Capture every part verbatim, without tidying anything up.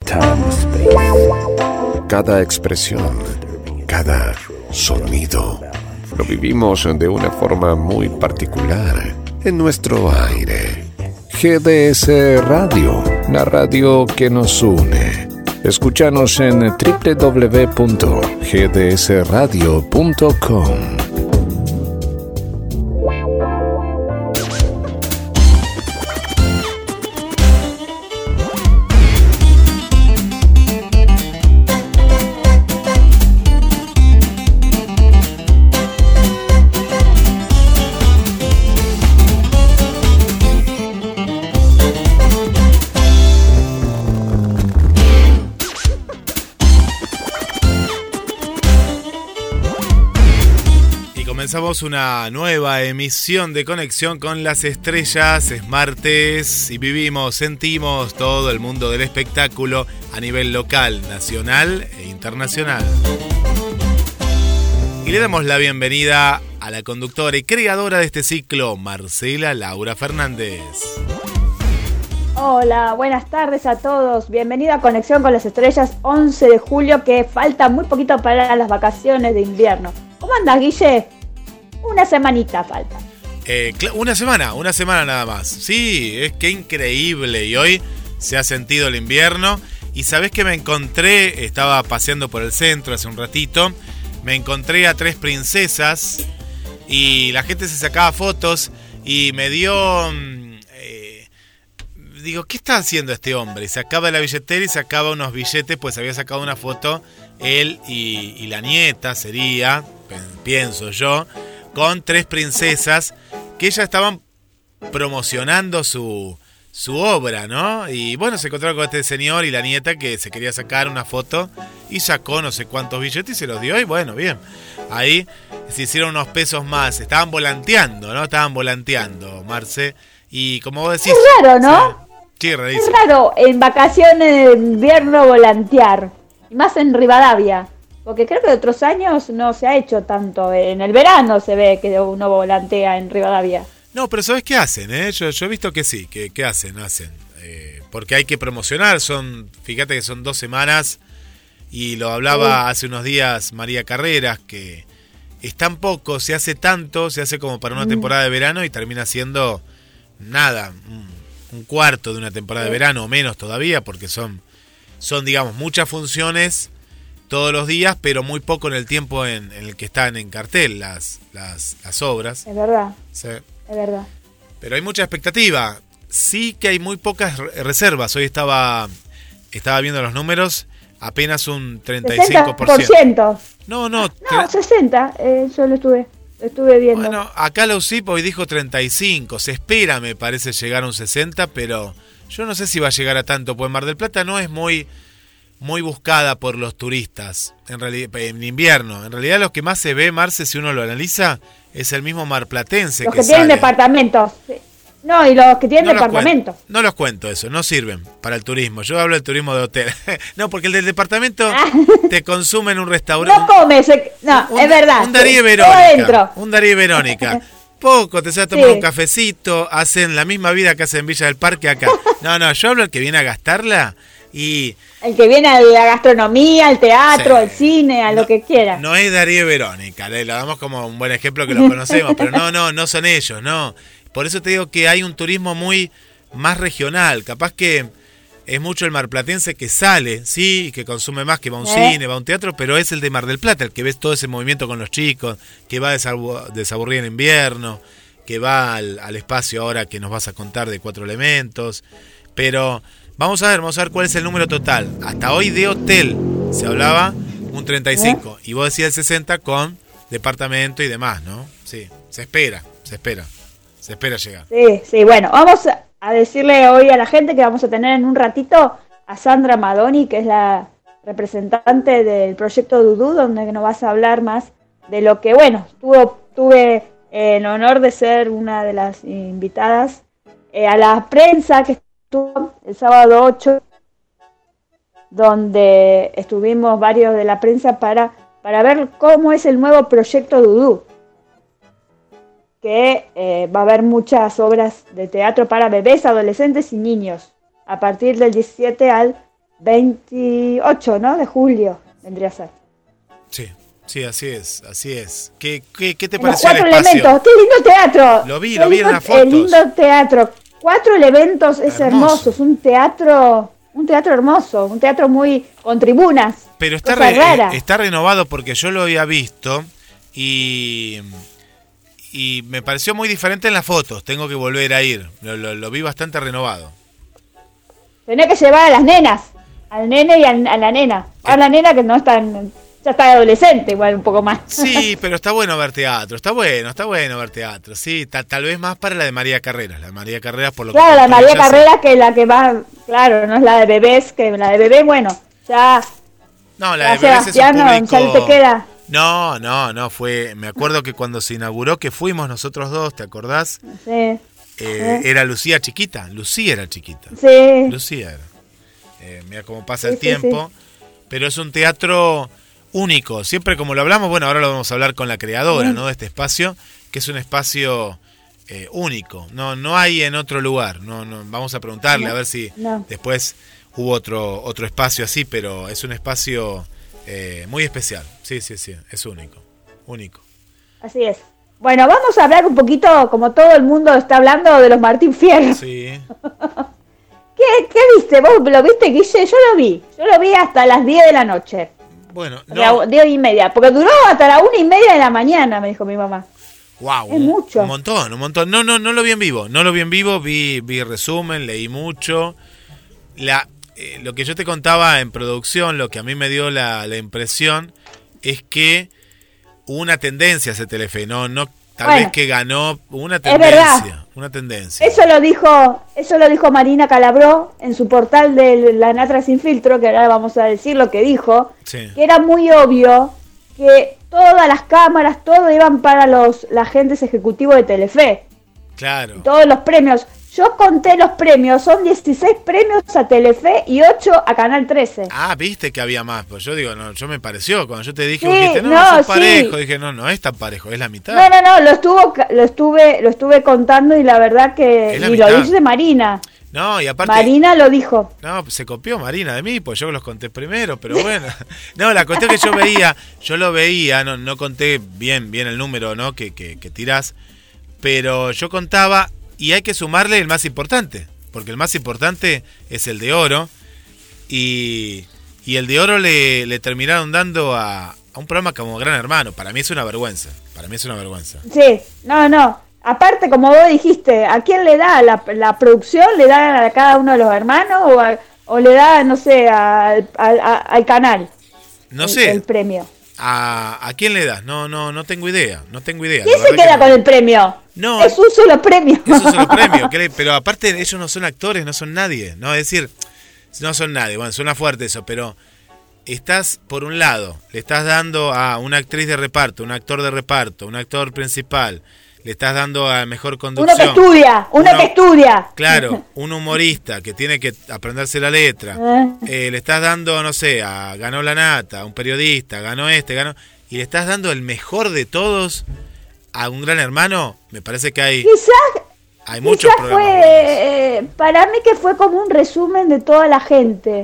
time, space. Cada expresión, cada sonido, lo vivimos de una forma muy particular en nuestro aire. G D S Radio, la radio que nos une. Escúchanos en doble u doble u doble u punto g d s radio punto com. Comenzamos una nueva emisión de Conexión con las Estrellas. Es martes y vivimos, sentimos todo el mundo del espectáculo a nivel local, nacional e internacional. Y le damos la bienvenida a la conductora y creadora de este ciclo, Marcela Laura Fernández. Hola, buenas tardes a todos. Bienvenida a Conexión con las Estrellas, once de julio, que falta muy poquito para las vacaciones de invierno. ¿Cómo andas, Guille? Una semanita falta. Eh, una semana, una semana nada más. Sí, es que increíble. Y hoy se ha sentido el invierno. Y sabés que me encontré, estaba paseando por el centro hace un ratito, me encontré a tres princesas y la gente se sacaba fotos y me dio... Eh, digo, ¿qué está haciendo este hombre? Y sacaba la billetera y sacaba unos billetes, pues había sacado una foto él y, y la nieta, sería, pienso yo, con tres princesas que ya estaban promocionando su, su obra, ¿no? Y bueno, se encontraron con este señor y la nieta que se quería sacar una foto y sacó no sé cuántos billetes y se los dio y bueno, bien. Ahí se hicieron unos pesos más. Estaban volanteando, ¿no? Estaban volanteando, Marce. Y como vos decís... Es raro, ¿no? Sí, rarísimo. Es raro en vacaciones de invierno volantear. Y más en Rivadavia. Porque creo que de otros años no se ha hecho tanto. En el verano se ve que uno volantea en Rivadavia. No, pero ¿sabes qué hacen? Eh? Yo, yo he visto que sí, que, que hacen, hacen. Eh, porque hay que promocionar, son, fíjate que son dos semanas, y lo hablaba sí. hace unos días María Carreras, que es tan poco, se hace tanto, se hace como para una mm. temporada de verano y termina siendo nada, un, un cuarto de una temporada sí. de verano, o menos todavía, porque son, son digamos, muchas funciones todos los días, pero muy poco en el tiempo en, en el que están en cartel las, las, las obras. Es verdad, sí. es verdad. Pero hay mucha expectativa. Sí que hay muy pocas reservas. Hoy estaba estaba viendo los números, apenas un treinta y cinco por ciento. sesenta por ciento. No, no. No, tre- sesenta, eh, yo lo estuve, lo estuve viendo. Bueno, acá la U C I P hoy dijo treinta y cinco. Se espera, me parece, llegar a un sesenta, pero yo no sé si va a llegar a tanto, pues Mar del Plata no es muy... muy buscada por los turistas en realidad en invierno. En realidad los que más se ve, Marce, si uno lo analiza, es el mismo marplatense los que, que tienen sale. departamentos. No, y los que tienen no departamentos. Los no los cuento eso, no sirven para el turismo. Yo hablo del turismo de hotel. No, porque el del departamento ah. te consume en un restaurante. No comes, no, un, es verdad. Un Darío Verónica. Un Darío Verónica. Poco, te vas a tomar sí. un cafecito, hacen la misma vida que hacen en Villa del Parque acá. No, no, yo hablo del que viene a gastarla. Y el que viene a la gastronomía, al teatro, sí. al cine, a no, lo que quiera. No es Darío Verónica, le lo damos como un buen ejemplo que lo conocemos, pero no, no, no son ellos, no. Por eso te digo que hay un turismo muy más regional, capaz que es mucho el marplatense que sale, sí, que consume más, que va a un ¿Eh? cine, va a un teatro, pero es el de Mar del Plata, el que ves todo ese movimiento con los chicos, que va a desabu- desaburrir en invierno, que va al, al espacio ahora que nos vas a contar de Cuatro Elementos, pero... Vamos a ver, vamos a ver cuál es el número total. Hasta hoy de hotel se hablaba un treinta y cinco. ¿Eh? Y vos decías el sesenta con departamento y demás, ¿no? Sí, se espera, se espera. Se espera llegar. Sí, sí, bueno, vamos a decirle hoy a la gente que vamos a tener en un ratito a Sandra Madoni, que es la representante del proyecto Dudú, donde nos vas a hablar más de lo que, bueno, tuvo, tuve el honor de ser una de las invitadas eh, a la prensa que el sábado ocho, donde estuvimos varios de la prensa para, para ver cómo es el nuevo proyecto Dudú, que eh, va a haber muchas obras de teatro para bebés, adolescentes y niños, a partir del diecisiete al veintiocho, ¿no? De julio vendría a ser. Sí, sí, así es, así es. ¿Qué, qué, qué te En los pareció el cuatro espacio? elementos, qué lindo teatro. Lo vi, Qué lo vi en lindo- las fotos. El lindo teatro. Cuatro elementos es Hermoso. hermoso, es un teatro, un teatro hermoso, un teatro muy con tribunas. Pero está, cosa re- rara. eh, está renovado porque yo lo había visto y, y me pareció muy diferente en las fotos. Tengo que volver a ir. Lo, lo- lo vi bastante renovado. Tenés que llevar a las nenas, al nene y al- a la nena. A la nena que no está, en- ya está adolescente, igual un poco más. Sí, pero está bueno ver teatro. Está bueno, está bueno ver teatro. Sí, ta- tal vez más para la de María Carreras. La de María Carreras por lo Claro, que la contó María ella, sí. Carreras que es la que va, claro, no es la de bebés, que la de bebé, bueno, ya, No, la ya de Bebés es un Sebastián no, público... ya te queda. No, no, no, fue... Me acuerdo que cuando se inauguró, que fuimos nosotros dos, ¿te acordás? Sí, Eh, ¿Eh? Era Lucía chiquita. Lucía era chiquita. sí, Lucía era. Eh, mira cómo pasa Sí, el sí, tiempo. Pero es un teatro único. Siempre como lo hablamos, bueno, ahora lo vamos a hablar con la creadora, Sí. ¿no? De este espacio, que es un espacio eh, único. No, no hay en otro lugar. No, no, vamos a preguntarle No, a ver si no. después hubo otro, otro espacio así, pero es un espacio eh, muy especial. Sí, sí, sí, es único. Único. así es. Bueno, vamos a hablar un poquito, como todo el mundo está hablando, de los Martín Fierro. Sí. ¿Qué, ¿Qué viste? ¿Vos lo viste, Guille? Yo lo vi. Yo lo vi hasta las diez de la noche. Bueno, O sea, no. diez y media. Porque duró hasta la una y media de la mañana, me dijo mi mamá. Wow, Es un, mucho. un montón, un montón. No, no, no lo vi en vivo. No lo vi en vivo, vi, vi resumen, leí mucho. La, eh, lo que yo te contaba en producción, lo que a mí me dio la, la impresión es que hubo una tendencia hacia Telefe, no, no, tal Bueno, vez que ganó una es verdad. tendencia, una tendencia. Eso lo dijo, eso lo dijo Marina Calabró en su portal de La Natra Sin Filtro, que ahora vamos a decir lo que dijo, Sí. que era muy obvio que todas las cámaras, todo iban para los, los agentes ejecutivos de Telefe, Claro. todos los premios. Yo conté los premios, son dieciséis premios a Telefe y ocho a Canal trece. Ah, viste que había más, pues yo digo, no, yo me pareció, cuando yo te dije, Sí, dijiste, no, no, no es sí. parejo, dije, no, no es tan parejo, es la mitad. No, no, no, lo estuvo, lo estuve, lo estuve contando y la verdad que, Es la y mitad. lo dice Marina, No, y aparte... Marina lo dijo. No, se copió Marina de mí, pues yo los conté primero, pero bueno. No, la cuestión que yo veía, yo lo veía, no, no conté bien, bien el número, ¿no? Que, que, que tirás, pero yo contaba y hay que sumarle el más importante, porque el más importante es el de oro y, y el de oro le, le terminaron dando a, a un programa como Gran Hermano. Para mí es una vergüenza, para mí es una vergüenza. Sí, no, no. Aparte, como vos dijiste, ¿a quién le da la, la producción? ¿Le da a cada uno de los hermanos o, a- o le da, no sé, al, al, a- al canal? No el, sé, El premio. ¿a, ¿a quién le das? No, no, no tengo idea, no tengo idea. ¿Quién la se verdad que queda no. con el premio? No. Es un solo premio. Eso es solo premio, ¿qué le- pero aparte ellos no son actores, no son nadie, ¿no? Es decir, no son nadie, bueno, suena fuerte eso, pero estás, por un lado, le estás dando a una actriz de reparto, un actor de reparto, un actor principal, le estás dando a mejor Uno que conducción. estudia, uno, Uno- que estudia. Claro, un humorista que tiene que aprenderse la letra. Eh. Eh, le estás dando, no sé, a ganó la nata, a un periodista, ganó este, ganó... Y le estás dando el mejor de todos a un Gran Hermano. Me parece que hay, Quizás, hay muchos quizás programas. fue, buenos. eh, para mí que fue como un resumen de toda la gente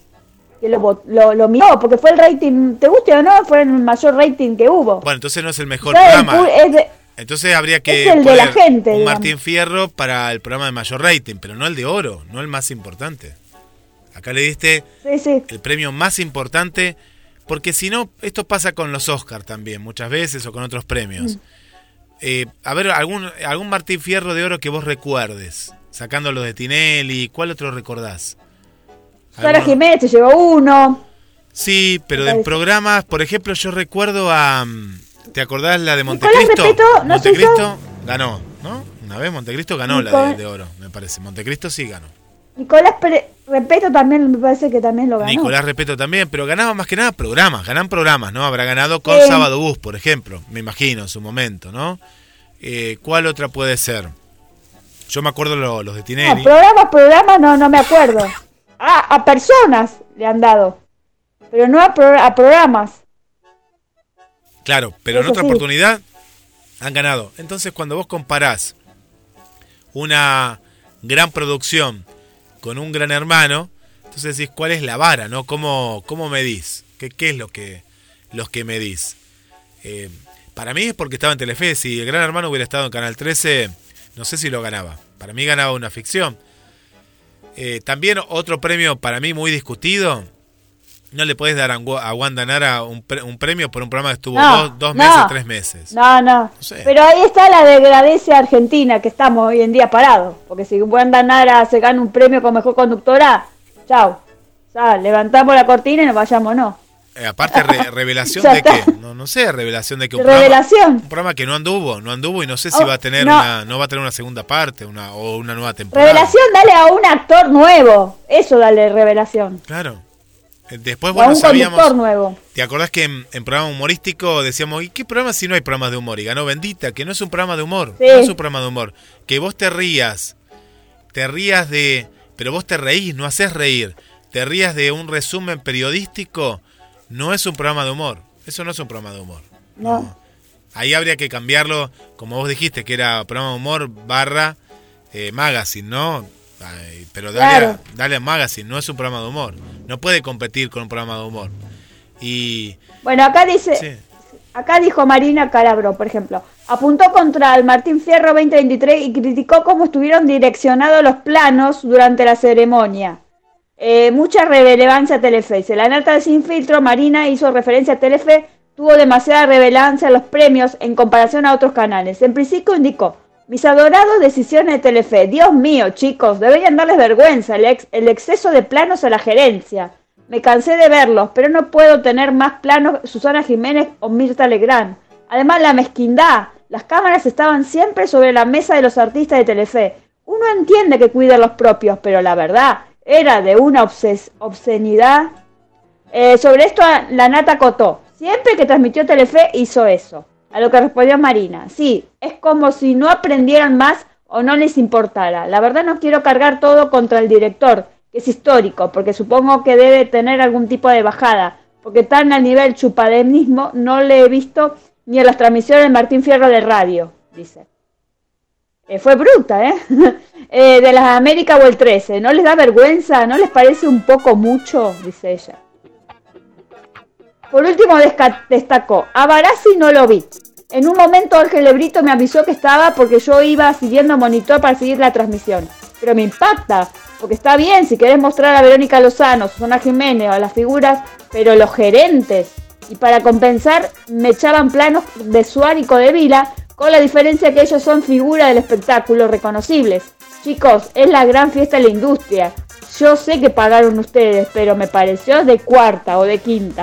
que lo, vot- lo, lo miró, porque fue el rating, ¿te guste o no? Fue el mayor rating que hubo. Bueno, entonces no es el mejor Fue el programa. pu- es de- Entonces habría que es el de la poner gente, un digamos. Martín Fierro para el programa de mayor rating, pero no el de oro, no el más importante. Acá le diste sí, sí. el premio más importante, porque si no, esto pasa con los Oscar también, muchas veces, o con otros premios. Mm. Eh, a ver, algún, algún Martín Fierro de oro que vos recuerdes, sacando los de Tinelli, ¿cuál otro recordás? Sara ¿Alguno? Jiménez se llevó uno. Sí, pero Me en parece. programas, por ejemplo, yo recuerdo a... mm, ¿te acordás la de Nicolás Montecristo? Repetto, ¿no se Montecristo ganó, ¿no? Una vez Montecristo ganó la de, Nicolás- de oro, me parece. Montecristo sí ganó. Nicolás Pere- Repeto también me parece que también lo ganó. Nicolás Repeto también, pero ganaba más que nada programas, ganan programas, ¿no? Habrá ganado con Sí. Sábado Bus, por ejemplo, me imagino, en su momento, ¿no? Eh, ¿Cuál otra puede ser? Yo me acuerdo lo- los de No, Tinelli. programas, programas, no, no me acuerdo. Ah, a personas le han dado, pero no a, pro- a programas. Claro, pero en Eso otra sí. oportunidad han ganado. Entonces, cuando vos comparás una gran producción con un Gran Hermano, entonces Entonces decís, ¿cuál es la vara, no? ¿Cómo, cómo medís? ¿Qué, qué es lo que, los que medís? Eh, para mí es porque estaba en Telefe. Si el Gran Hermano hubiera estado en Canal trece, no sé si lo ganaba. Para mí ganaba una ficción. Eh, también otro premio para mí muy discutido. No le podés dar a Wanda Nara un, pre, un premio por un programa que estuvo no, dos, dos no, meses, tres meses. No, no. no sé. Pero ahí está la degradencia argentina que estamos hoy en día parados. Porque si Wanda Nara se gana un premio como mejor conductora, chao. O sea, levantamos la cortina y nos vayamos, no. Eh, aparte, re, revelación de qué. No, no sé, revelación de que un revelación. Programa, un programa que no anduvo, no anduvo y no sé si oh, va a tener no. una, no va a tener una segunda parte, una o una nueva temporada. Revelación, dale a un actor nuevo. Eso dale revelación. Claro. Después, bueno, un sabíamos. Nuevo. ¿Te acordás que en, en programa humorístico decíamos, ¿y qué programa si no hay programas de humor? Y ganó Bendita, que no es un programa de humor. Sí. No es un programa de humor. Que vos te rías, te rías de. Pero vos te reís, no haces reír. Te rías de un resumen periodístico, no es un programa de humor. Eso no es un programa de humor. No. no. Ahí habría que cambiarlo, como vos dijiste, que era programa de humor barra eh, magazine, ¿no? Ay, pero dale, claro. a, dale a magazine, no es un programa de humor. No puede competir con un programa de humor. Y bueno, acá dice, sí. acá dijo Marina Calabro, por ejemplo, apuntó contra el Martín Fierro veinte veintitrés y criticó cómo estuvieron direccionados los planos durante la ceremonia. Eh, mucha relevancia a Telefe. En la nota de Sin Filtro, Marina hizo referencia a Telefe, tuvo demasiada relevancia a los premios en comparación a otros canales. En principio indicó: mis adorados decisiones de Telefe. Dios mío, chicos, deberían darles vergüenza el, ex, el exceso de planos a la gerencia. Me cansé de verlos, pero no puedo tener más planos Susana Jiménez o Mirta Legrand. Además, la mezquindad. Las cámaras estaban siempre sobre la mesa de los artistas de Telefe. Uno entiende que cuiden los propios, pero la verdad era de una obses, obscenidad. Eh, sobre esto, la Nata acotó. Siempre que transmitió Telefe hizo eso. A lo que respondió Marina: sí, es como si no aprendieran más o no les importara. La verdad no quiero cargar todo contra el director, que es histórico, porque supongo que debe tener algún tipo de bajada, porque tan al nivel chupademismo no le he visto ni en las transmisiones de Martín Fierro de radio, dice. Eh, fue bruta, ¿eh? eh de las Américas o el trece, ¿no les da vergüenza? ¿No les parece un poco mucho? Dice ella. Por último destacó: a Barassi no lo vi. En un momento Jorge Lebrito me avisó que estaba porque yo iba siguiendo monitor para seguir la transmisión. Pero me impacta, porque está bien si querés mostrar a Verónica Lozano, Susana Jiménez o a las figuras, pero los gerentes. Y para compensar me echaban planos de Suárez y Codevila, con la diferencia que ellos son figuras del espectáculo reconocibles. Chicos, es la gran fiesta de la industria. Yo sé que pagaron ustedes, pero me pareció de cuarta o de quinta.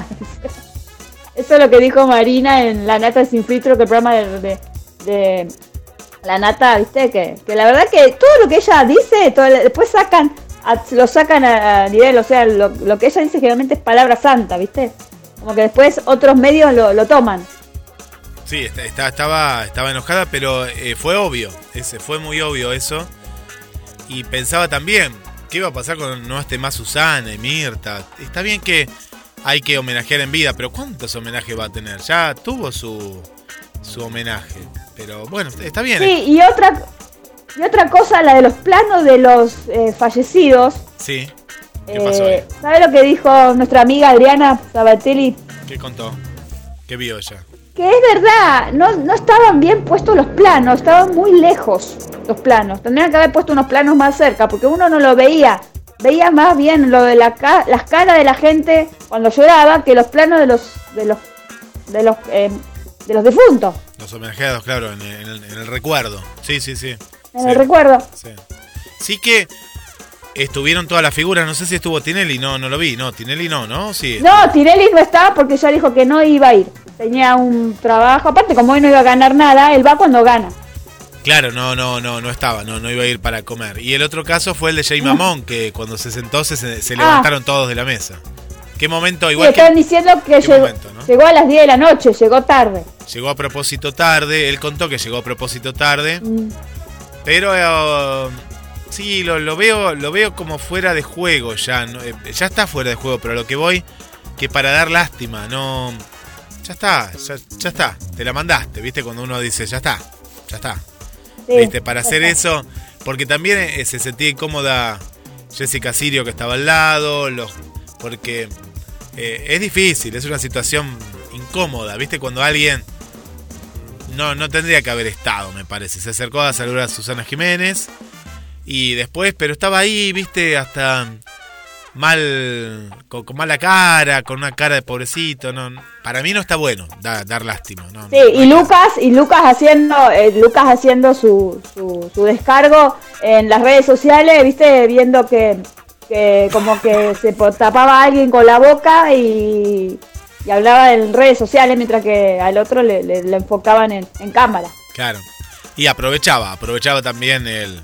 Eso es lo que dijo Marina en La Nata Sin Filtro, que el programa de, de, de La Nata, ¿viste? Que, que la verdad que todo lo que ella dice, todo, después sacan, a, lo sacan a, a nivel, o sea, lo, lo que ella dice generalmente es palabra santa, ¿viste? Como que después otros medios lo, lo toman. Sí, está, estaba, estaba enojada, pero eh, fue obvio, ese, fue muy obvio eso. Y pensaba también, ¿qué iba a pasar cuando no esté más Susana y Mirta? Está bien que hay que homenajear en vida, pero ¿cuántos homenajes va a tener? Ya tuvo su, su homenaje, pero bueno, está bien. Sí, y otra, y otra cosa, la de los planos de los eh, fallecidos. Sí, ¿qué pasó ahí? Eh, ¿Sabe lo que dijo nuestra amiga Adriana Sabatelli? ¿Qué contó? ¿Qué vio ella? Que es verdad, no, no estaban bien puestos los planos, estaban muy lejos los planos. Tendrían que haber puesto unos planos más cerca, porque uno no lo veía. Veía más bien lo de la ca- las caras de la gente cuando lloraba que los planos de los de los de los eh, de los difuntos. Los homenajeados, claro, en el, en el recuerdo. Sí, sí, sí. En sí. el recuerdo. Sí. Sí que estuvieron todas las figuras, no sé si estuvo Tinelli, no, no lo vi, no, Tinelli no, ¿no? Sí. No, estuvo. Tinelli no estaba porque ella dijo que no iba a ir. Tenía un trabajo, aparte como hoy no iba a ganar nada, él va cuando gana. Claro, no, no, no, no estaba, no, no iba a ir para comer. Y el otro caso fue el de Jay Mamón, que cuando se sentó se, se ah. levantaron todos de la mesa. ¿Qué momento? Igual sí, que, estaban diciendo que llegó, momento, ¿no? llegó a las diez de la noche, llegó tarde. Llegó a propósito tarde, él contó que llegó a propósito tarde, mm. pero uh, sí, lo, lo veo lo veo como fuera de juego ya, no, ya está fuera de juego, pero lo que voy, que para dar lástima, no, ya está, ya, ya está, te la mandaste, ¿viste? Cuando uno dice, ya está, ya está. Sí, ¿viste? Para hacer eso, porque también se sentía incómoda Jessica Sirio que estaba al lado, los, porque eh, es difícil, es una situación incómoda, ¿viste? Cuando alguien no, no tendría que haber estado, me parece. Se acercó a saludar a Susana Jiménez y después, pero estaba ahí, ¿viste? Hasta mal, con, con mala cara, con una cara de pobrecito, no, para mí no está bueno da, dar lástima, ¿no? Sí, y Lucas, y Lucas haciendo, eh, Lucas haciendo su, su, su descargo en las redes sociales, viste, viendo que, que como que se tapaba a alguien con la boca y, y hablaba en redes sociales mientras que al otro le, le, le enfocaban en, en cámara. Claro, y aprovechaba, aprovechaba también el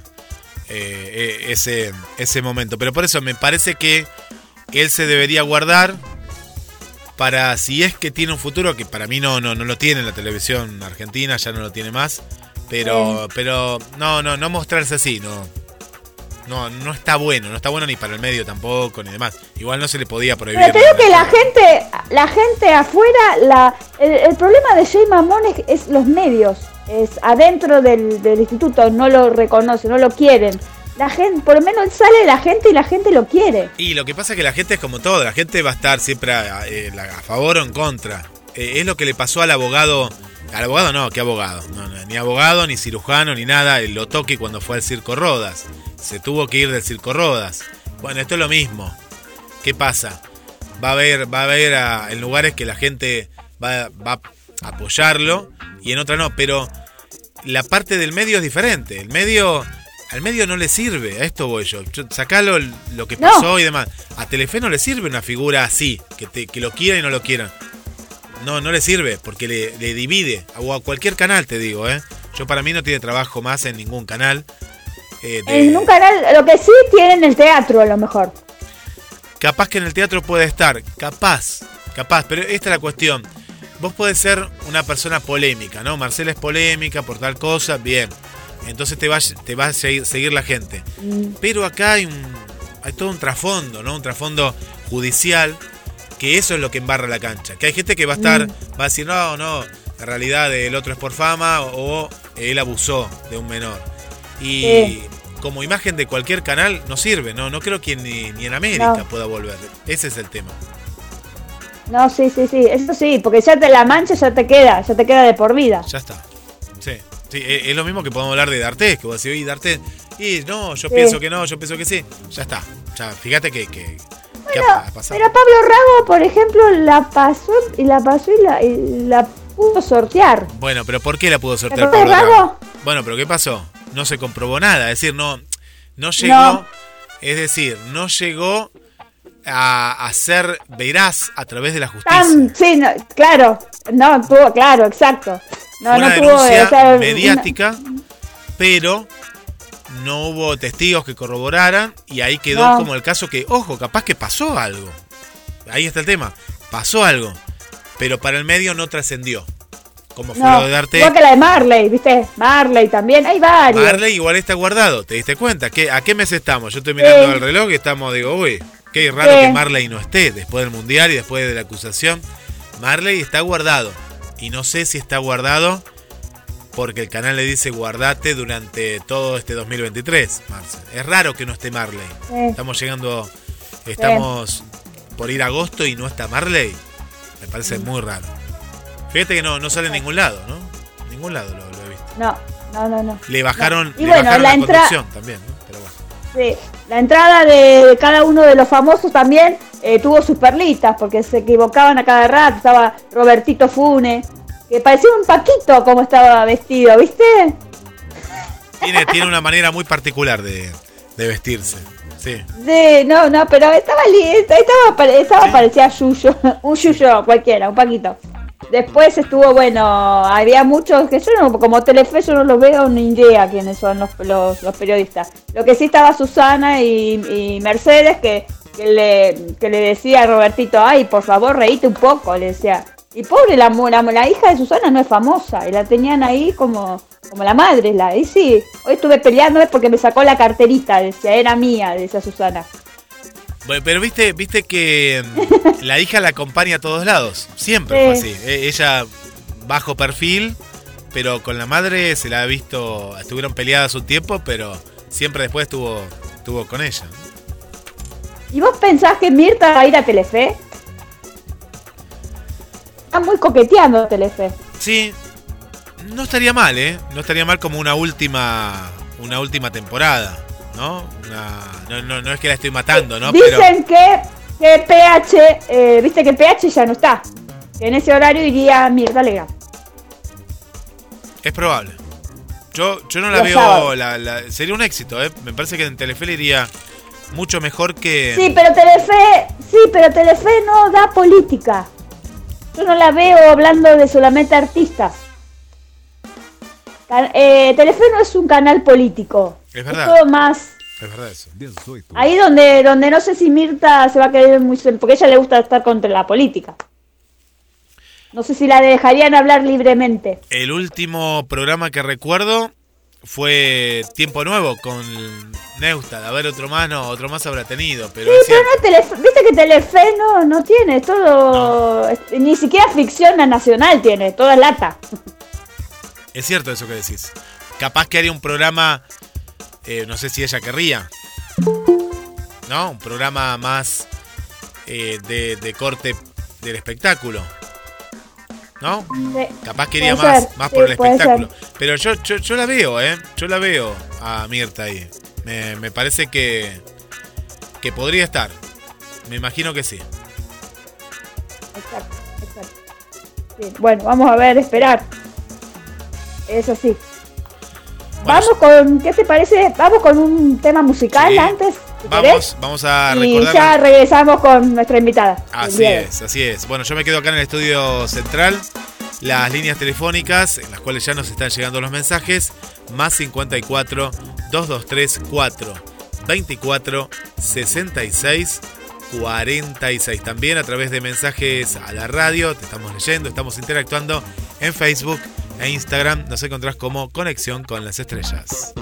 Eh, ese, ese momento. Pero por eso me parece que él se debería guardar para, si es que tiene un futuro, que para mí no, no, no lo tiene en la televisión argentina, ya no lo tiene más, pero, sí. pero no, no, no mostrarse así, no, no, no está bueno, no está bueno ni para el medio tampoco, ni demás. Igual no se le podía prohibir. Pero te digo que la gente, la gente afuera, la, el, el problema de Jay Mamón es, es los medios. Es adentro del, del instituto, no lo reconoce, no lo quieren. La gente, por lo menos él sale de la gente y la gente lo quiere. Y lo que pasa es que la gente es como todo, la gente va a estar siempre a, a, a favor o en contra. Eh, es lo que le pasó al abogado, al abogado no, ¿qué abogado? No, no, ni abogado, ni cirujano, ni nada, el Lotoki cuando fue al Circo Rodas. Se tuvo que ir del Circo Rodas. Bueno, esto es lo mismo. ¿Qué pasa? Va a haber, va a haber a, en lugares que la gente va, va a apoyarlo y en otra no, pero la parte del medio es diferente. El medio, al medio no le sirve, a esto voy yo. yo sacalo lo que pasó no. y demás. A Telefe no le sirve una figura así, que, te, que lo quieran y no lo quieran. No, no le sirve, porque le, le divide. O a cualquier canal, te digo, ¿eh? Yo para mí no tiene trabajo más en ningún canal. Eh, de... En un canal, lo que sí tiene en el teatro a lo mejor. Capaz que en el teatro puede estar, capaz, capaz, pero esta es la cuestión. Vos podés ser una persona polémica, ¿no? Marcela es polémica por tal cosa, bien. Entonces te va, te va a seguir, seguir la gente. Mm. Pero acá hay, un, hay todo un trasfondo, ¿no? Un trasfondo judicial, que eso es lo que embarra la cancha. Que hay gente que va a estar, mm. va a decir, no, no, en realidad el otro es por fama o, o él abusó de un menor. Y sí. como imagen de cualquier canal no sirve, ¿no? No creo que ni, ni en América no. pueda volver. Ese es el tema. No, sí, sí, sí, eso sí, porque ya te la mancha, ya te queda, ya te queda de por vida. Ya está. Sí, sí, es lo mismo que podemos hablar de D'Artés, que vos decís, oye, D'Artés, y no, yo sí. pienso que no, yo pienso que sí. Ya está. Ya, fíjate que, que, bueno, que ha, ha pasado. Pero Pablo Rago, por ejemplo, la pasó y la pasó y la, y la pudo sortear. Bueno, pero ¿por qué la pudo sortear Pablo Rago? Rago? Bueno, pero ¿qué pasó? No se comprobó nada, es decir, no, no llegó, no. es decir, no llegó a, a ser veraz a través de la justicia. Tan, sí, no, claro, no tuvo, claro, exacto. No, una no denuncia tuvo, o sea, mediática, una... pero no hubo testigos que corroboraran y ahí quedó no. como el caso que, ojo, capaz que pasó algo. Ahí está el tema, pasó algo, pero para el medio no trascendió. Como fue no, lo de D'Artés. Igual que la de Marley, ¿viste? Marley también, hay varios. Marley igual está guardado, ¿te diste cuenta? ¿Qué, ¿A qué mes estamos? Yo estoy mirando sí. el reloj y estamos, digo, uy, qué raro sí. que Marley no esté después del Mundial y después de la acusación. Marley está guardado. Y no sé si está guardado porque el canal le dice guardate durante todo este dos mil veintitrés, Marce. Es raro que no esté Marley. Sí. Estamos llegando, estamos sí. por ir a agosto y no está Marley. Me parece sí. muy raro. Fíjate que no, no sale en ningún lado, ¿no? En ningún lado lo, lo he visto. No, no, no, no. Le bajaron, no. Y le bueno, bajaron la, la entra... conducción también, ¿no? Pero bueno. Sí, la entrada de cada uno de los famosos también eh, tuvo sus perlitas, porque se equivocaban a cada rato. Estaba Robertito Funes, que parecía un Paquito como estaba vestido, ¿viste? Tiene, tiene una manera muy particular de, de vestirse. Sí. Sí, no, no, pero estaba estaba, estaba sí. parecía Yuyo, un Yuyo cualquiera, un Paquito. Después estuvo, bueno, había muchos que yo no, como Telefe yo no los veo ni idea quiénes son los, los, los periodistas. Lo que sí estaba Susana y, y Mercedes que, que, le, que le decía a Robertito, ay, por favor, reíte un poco, le decía. Y pobre, la, la, la hija de Susana no es famosa, y la tenían ahí como, como la madre. La, y sí, hoy estuve peleando es porque me sacó la carterita, decía, era mía, decía Susana. Bueno, pero viste, viste que la hija la acompaña a todos lados, siempre sí. fue así. Ella bajo perfil, pero con la madre se la ha visto, estuvieron peleadas un tiempo, pero siempre después estuvo, estuvo con ella. ¿Y vos pensás que Mirta va a ir a Telefe? Está muy coqueteando Telefe. Sí, no estaría mal, ¿eh? No estaría mal como una última una última temporada, ¿no? Una, no, no, no es que la estoy matando, ¿no? Dicen Pero... que, que P H, eh, viste que P H ya no está. Que en ese horario iría Mirta Legrand. Es probable. Yo, yo no la Los veo, la, la, sería un éxito, ¿eh? Me parece que en Telefe le iría mucho mejor que... Sí, pero Telefe, sí, pero Telefe no da política. Yo no la veo hablando de solamente artistas. Can- eh, Telefe no es un canal político. Es verdad. Es todo más... Es verdad eso. Ahí donde, donde no sé si Mirta se va a querer muy... Porque a ella le gusta estar contra la política. No sé si la dejarían hablar libremente. El último programa que recuerdo fue Tiempo Nuevo con Neustadt. A ver, otro más, no, otro más habrá tenido. Pero Sí, es pero cierto. no Telefe, viste que Telefe no, no tiene, todo... No. Ni siquiera ficción nacional tiene, toda lata. Es cierto eso que decís. Capaz que haría un programa, eh, no sé si ella querría, ¿no? Un programa más eh, de, de corte del espectáculo, ¿no? Sí, Capaz que iría puede más, ser, más sí, por el puede espectáculo. ser. Pero yo, yo, yo la veo, ¿eh? Yo la veo a Mirta ahí. Me, me parece que, que podría estar. Me imagino que sí. Exacto, exacto. Sí, bueno, vamos a ver, esperar. Es así. Bueno, Vamos con, ¿qué te parece? Vamos con un tema musical sí. antes, si Vamos, querés. vamos a Y recordar. ya regresamos con nuestra invitada. Así es, así es. Bueno, yo me quedo acá en el estudio central. Las líneas telefónicas en las cuales ya nos están llegando los mensajes, más cincuenta y cuatro, doscientos veintitrés, cuatro veinticuatro, sesenta y seis, cuarenta y seis. También a través de mensajes a la radio, te estamos leyendo, estamos interactuando en Facebook e Instagram. Nos encontrás como Conexión con las Estrellas.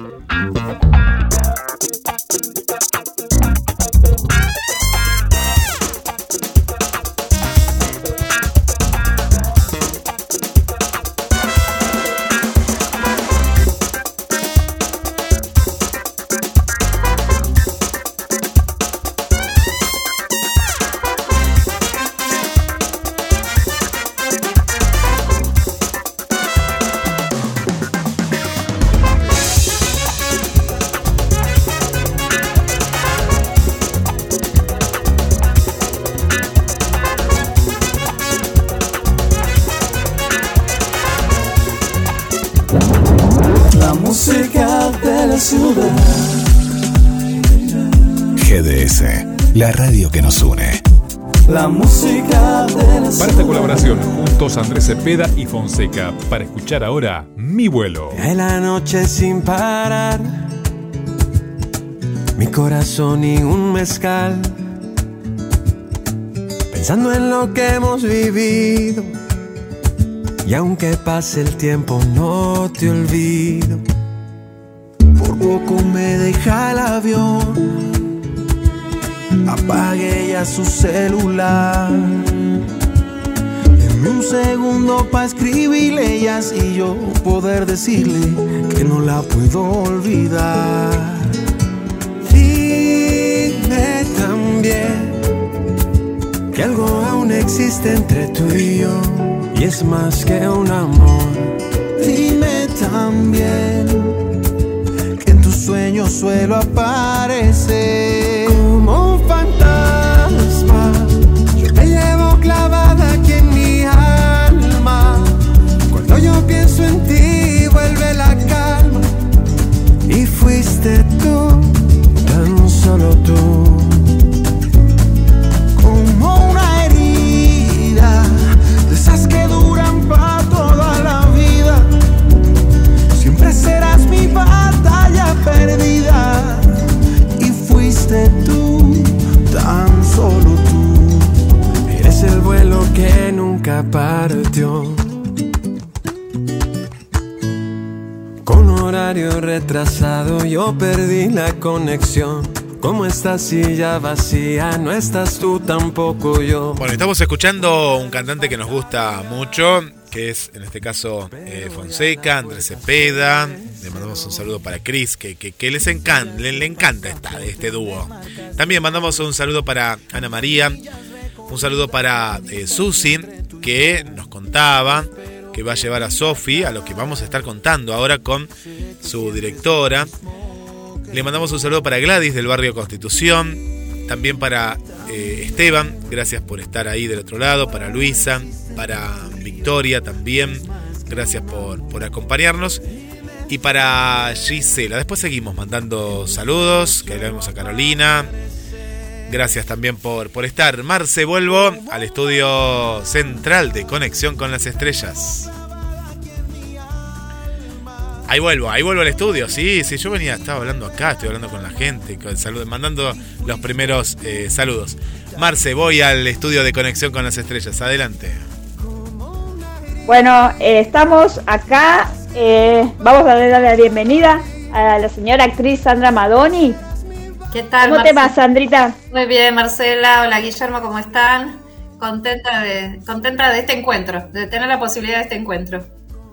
Música de la ciudad. G D S, la radio que nos une. La música de la ciudad. Para esta colaboración, juntos Andrés Cepeda y Fonseca, para escuchar ahora Mi Vuelo. Cae la noche sin parar, mi corazón y un mezcal, pensando en lo que hemos vivido. Y aunque pase el tiempo no te olvido. Por poco me deja el avión, apague ya su celular. Deme un segundo pa' escribirle ellas y yo poder decirle que no la puedo olvidar. Dime también que algo aún existe entre tú y yo, y es más que un amor. Dime también que en tus sueños suelo aparecer como un fantasma. Yo te llevo clavada aquí en mi alma. Cuando yo pienso en ti vuelve la calma. Y fuiste tú, tan solo tú. Como una herida de esas que duran para toda la vida. Siempre serás mi batalla perdida. Y fuiste tú, tan solo tú. Eres el vuelo que nunca partió. Con horario retrasado yo perdí la conexión. ¿Cómo estás si ya vacía? No estás tú, tampoco yo. Bueno, estamos escuchando un cantante que nos gusta mucho, que es en este caso eh, Fonseca, Andrés Cepeda. Le mandamos un saludo para Cris, que, que, que les encanta, le, le encanta esta, este dúo. También mandamos un saludo para Ana María, un saludo para eh, Susi, que nos contaba que va a llevar a Sofi a lo que vamos a estar contando ahora con su directora. Le mandamos un saludo para Gladys del barrio Constitución, también para eh, Esteban, gracias por estar ahí del otro lado, para Luisa, para Victoria también, gracias por, por acompañarnos, y para Gisela. Después seguimos mandando saludos, que le vemos a Carolina, gracias también por, por estar. Marce, vuelvo al estudio central de Conexión con las Estrellas. Ahí vuelvo, ahí vuelvo al estudio, sí, sí, yo venía, estaba hablando acá, estoy hablando con la gente, con salud, mandando los primeros eh, saludos. Marce, voy al estudio de Conexión con las Estrellas, adelante. Bueno, eh, estamos acá, eh, vamos a darle la bienvenida a la señora actriz Sandra Madoni. ¿Qué tal, ¿Cómo te va, Sandrita? Muy bien, Marcela, hola Guillermo, ¿cómo están? Contenta de, contenta de este encuentro, de tener la posibilidad de este encuentro.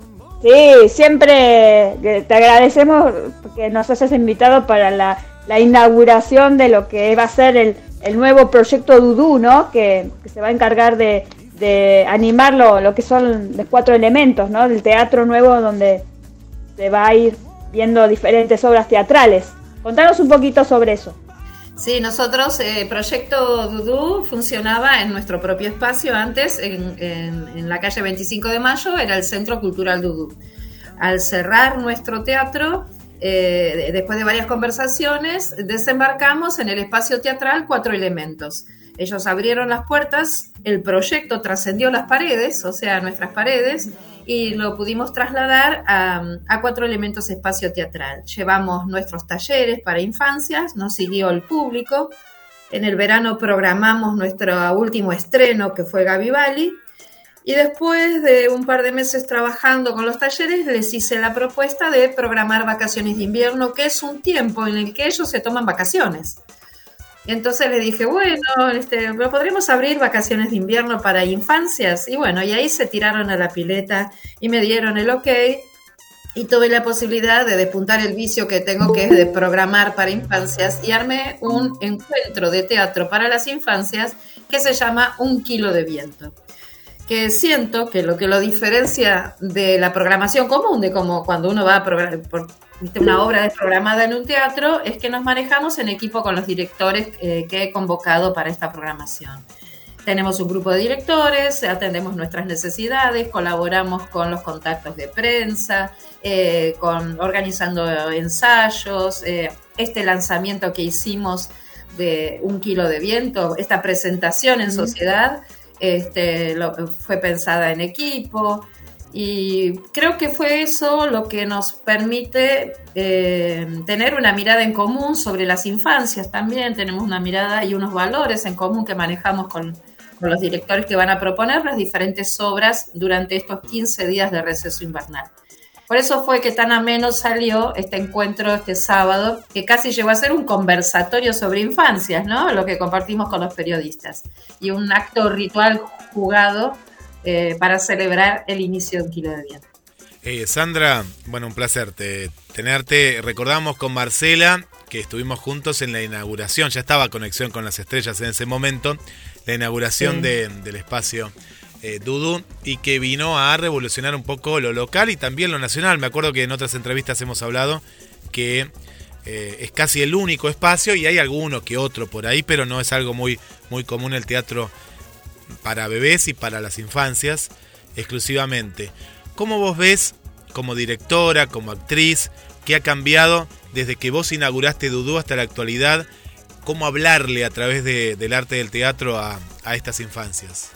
Sí, siempre te agradecemos porque nos hayas invitado para la, la inauguración de lo que va a ser el, el nuevo proyecto Dudú, ¿no? Que, que se va a encargar de, de animar lo, lo que son los cuatro elementos, ¿no? Del teatro nuevo donde se va a ir viendo diferentes obras teatrales. Contanos un poquito sobre eso. Sí, nosotros, eh, Proyecto Dudú funcionaba en nuestro propio espacio antes, en, en, en la calle veinticinco de mayo, era el Centro Cultural Dudú. Al cerrar nuestro teatro, eh, después de varias conversaciones, desembarcamos en el espacio teatral Cuatro Elementos. Ellos abrieron las puertas, el proyecto trascendió las paredes, o sea, nuestras paredes, y lo pudimos trasladar a, a Cuatro Elementos Espacio Teatral. Llevamos nuestros talleres para infancias, nos siguió el público. En el verano programamos nuestro último estreno, que fue Gabivali. Y después de un par de meses trabajando con los talleres, les hice la propuesta de programar vacaciones de invierno, que es un tiempo en el que ellos se toman vacaciones. Entonces le dije, bueno, este, ¿podremos abrir vacaciones de invierno para infancias? Y bueno, y ahí se tiraron a la pileta y me dieron el ok. Y tuve la posibilidad de despuntar el vicio que tengo, que es de programar para infancias. Y armé un encuentro de teatro para las infancias que se llama Un Kilo de Viento. Que siento que lo que lo diferencia de la programación común, de como cuando uno va a programar por una obra desprogramada en un teatro, es que nos manejamos en equipo con los directores eh, que he convocado para esta programación. Tenemos un grupo de directores, atendemos nuestras necesidades, colaboramos con los contactos de prensa, eh, con, organizando ensayos, eh, este lanzamiento que hicimos de Un Kilo de Viento, esta presentación en sociedad, este, lo, fue pensada en equipo. Y creo que fue eso lo que nos permite eh, tener una mirada en común sobre las infancias también. Tenemos una mirada y unos valores en común que manejamos con, con los directores que van a proponer las diferentes obras durante estos quince días de receso invernal. Por eso fue que tan ameno salió este encuentro este sábado, que casi llegó a ser un conversatorio sobre infancias, ¿no? Lo que compartimos con los periodistas. Y un acto ritual jugado Eh, para celebrar el inicio de Un Kilo de Viento. Eh, Sandra, bueno, un placer te, tenerte. Recordamos con Marcela que estuvimos juntos en la inauguración, ya estaba Conexión con las Estrellas en ese momento, la inauguración sí. de, del espacio eh, Dudú, y que vino a revolucionar un poco lo local y también lo nacional. Me acuerdo que en otras entrevistas hemos hablado que eh, es casi el único espacio, y hay alguno que otro por ahí, pero no es algo muy, muy común el teatro para bebés y para las infancias exclusivamente. ¿Cómo vos ves, como directora, como actriz, qué ha cambiado desde que vos inauguraste Dudú hasta la actualidad? ¿Cómo hablarle a través de, del arte del teatro a, a estas infancias?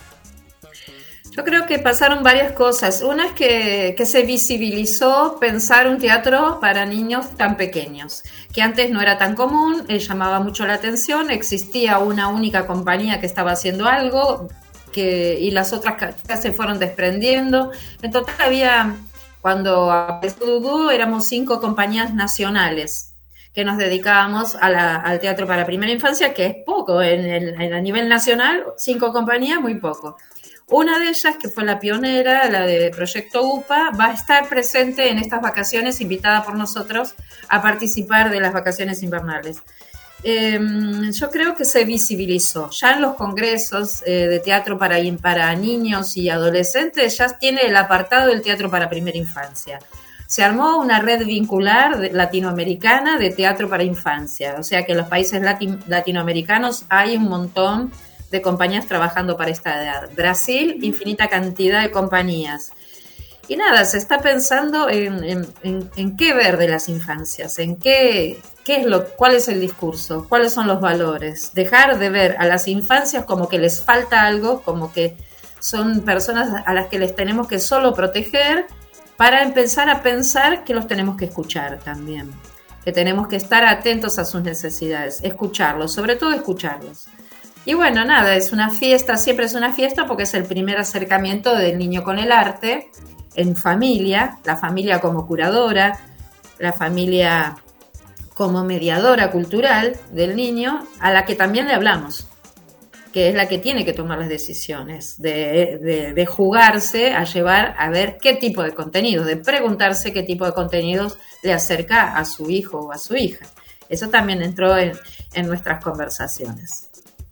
Yo creo que pasaron varias cosas. Una es que, que se visibilizó pensar un teatro para niños tan pequeños, que antes no era tan común, eh, llamaba mucho la atención, existía una única compañía que estaba haciendo algo, que, y las otras que se fueron desprendiendo. En total había, cuando empezó Dudú, éramos cinco compañías nacionales que nos dedicábamos a la, al teatro para primera infancia, que es poco, en el, en a nivel nacional, cinco compañías, muy poco. Una de ellas, que fue la pionera, la de Proyecto U P A, va a estar presente en estas vacaciones, invitada por nosotros a participar de las vacaciones invernales. Eh, yo creo que se visibilizó. Ya en los congresos eh, de teatro para, para niños y adolescentes ya tiene el apartado del teatro para primera infancia. Se armó una red vincular de, latinoamericana de teatro para infancia. O sea que en los países latin, latinoamericanos hay un montón de compañías trabajando para esta edad. Brasil, infinita cantidad de compañías. Y nada, se está pensando en, en, en, en qué ver de las infancias, en qué, qué es lo, cuál es el discurso, cuáles son los valores. Dejar de ver a las infancias como que les falta algo, como que son personas a las que les tenemos que solo proteger, para empezar a pensar que los tenemos que escuchar también, que tenemos que estar atentos a sus necesidades, escucharlos, sobre todo escucharlos. Y bueno, nada, es una fiesta, siempre es una fiesta porque es el primer acercamiento del niño con el arte, en familia, la familia como curadora, la familia como mediadora cultural del niño, a la que también le hablamos, que es la que tiene que tomar las decisiones, de, de, de jugarse a llevar a ver qué tipo de contenidos, de preguntarse qué tipo de contenidos le acerca a su hijo o a su hija. Eso también entró en, en nuestras conversaciones.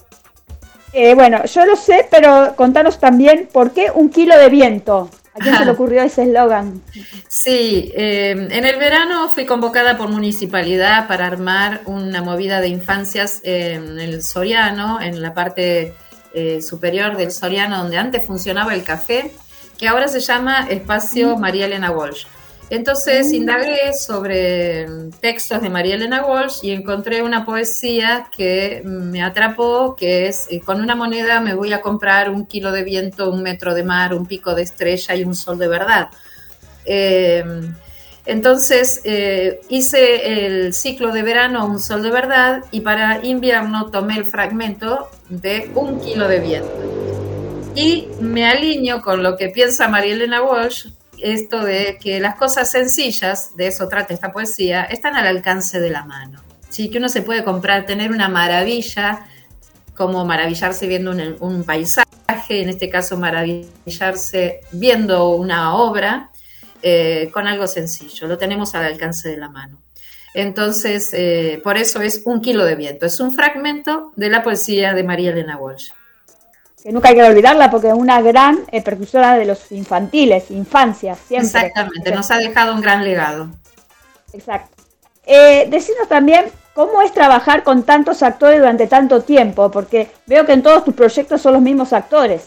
Eh, bueno, yo lo sé, pero contanos también por qué un kilo de viento. ¿A quién se le ocurrió ese eslogan? Sí, eh, en el verano fui convocada por municipalidad para armar una movida de infancias en el Soriano, en la parte eh, superior del Soriano, donde antes funcionaba el café, que ahora se llama Espacio María Elena Walsh. Entonces indagué sobre textos de María Elena Walsh y encontré una poesía que me atrapó, que es: con una moneda me voy a comprar un kilo de viento, un metro de mar, un pico de estrella y un sol de verdad. Eh, entonces eh, hice el ciclo de verano Un sol de verdad, y para invierno tomé el fragmento de Un kilo de viento. Y me alineo con lo que piensa María Elena Walsh, esto de que las cosas sencillas, de eso trata esta poesía, están al alcance de la mano. ¿Sí? Que uno se puede comprar, tener una maravilla, como maravillarse viendo un, un paisaje, en este caso maravillarse viendo una obra, eh, con algo sencillo, lo tenemos al alcance de la mano. Entonces, eh, por eso es Un kilo de viento, es un fragmento de la poesía de María Elena Walsh. Que nunca hay que olvidarla porque es una gran eh, precursora de los infantiles, infancias, siempre. Exactamente, nos ha dejado un gran legado. Exacto. Eh, decinos también cómo es trabajar con tantos actores durante tanto tiempo, porque veo que en todos tus proyectos son los mismos actores.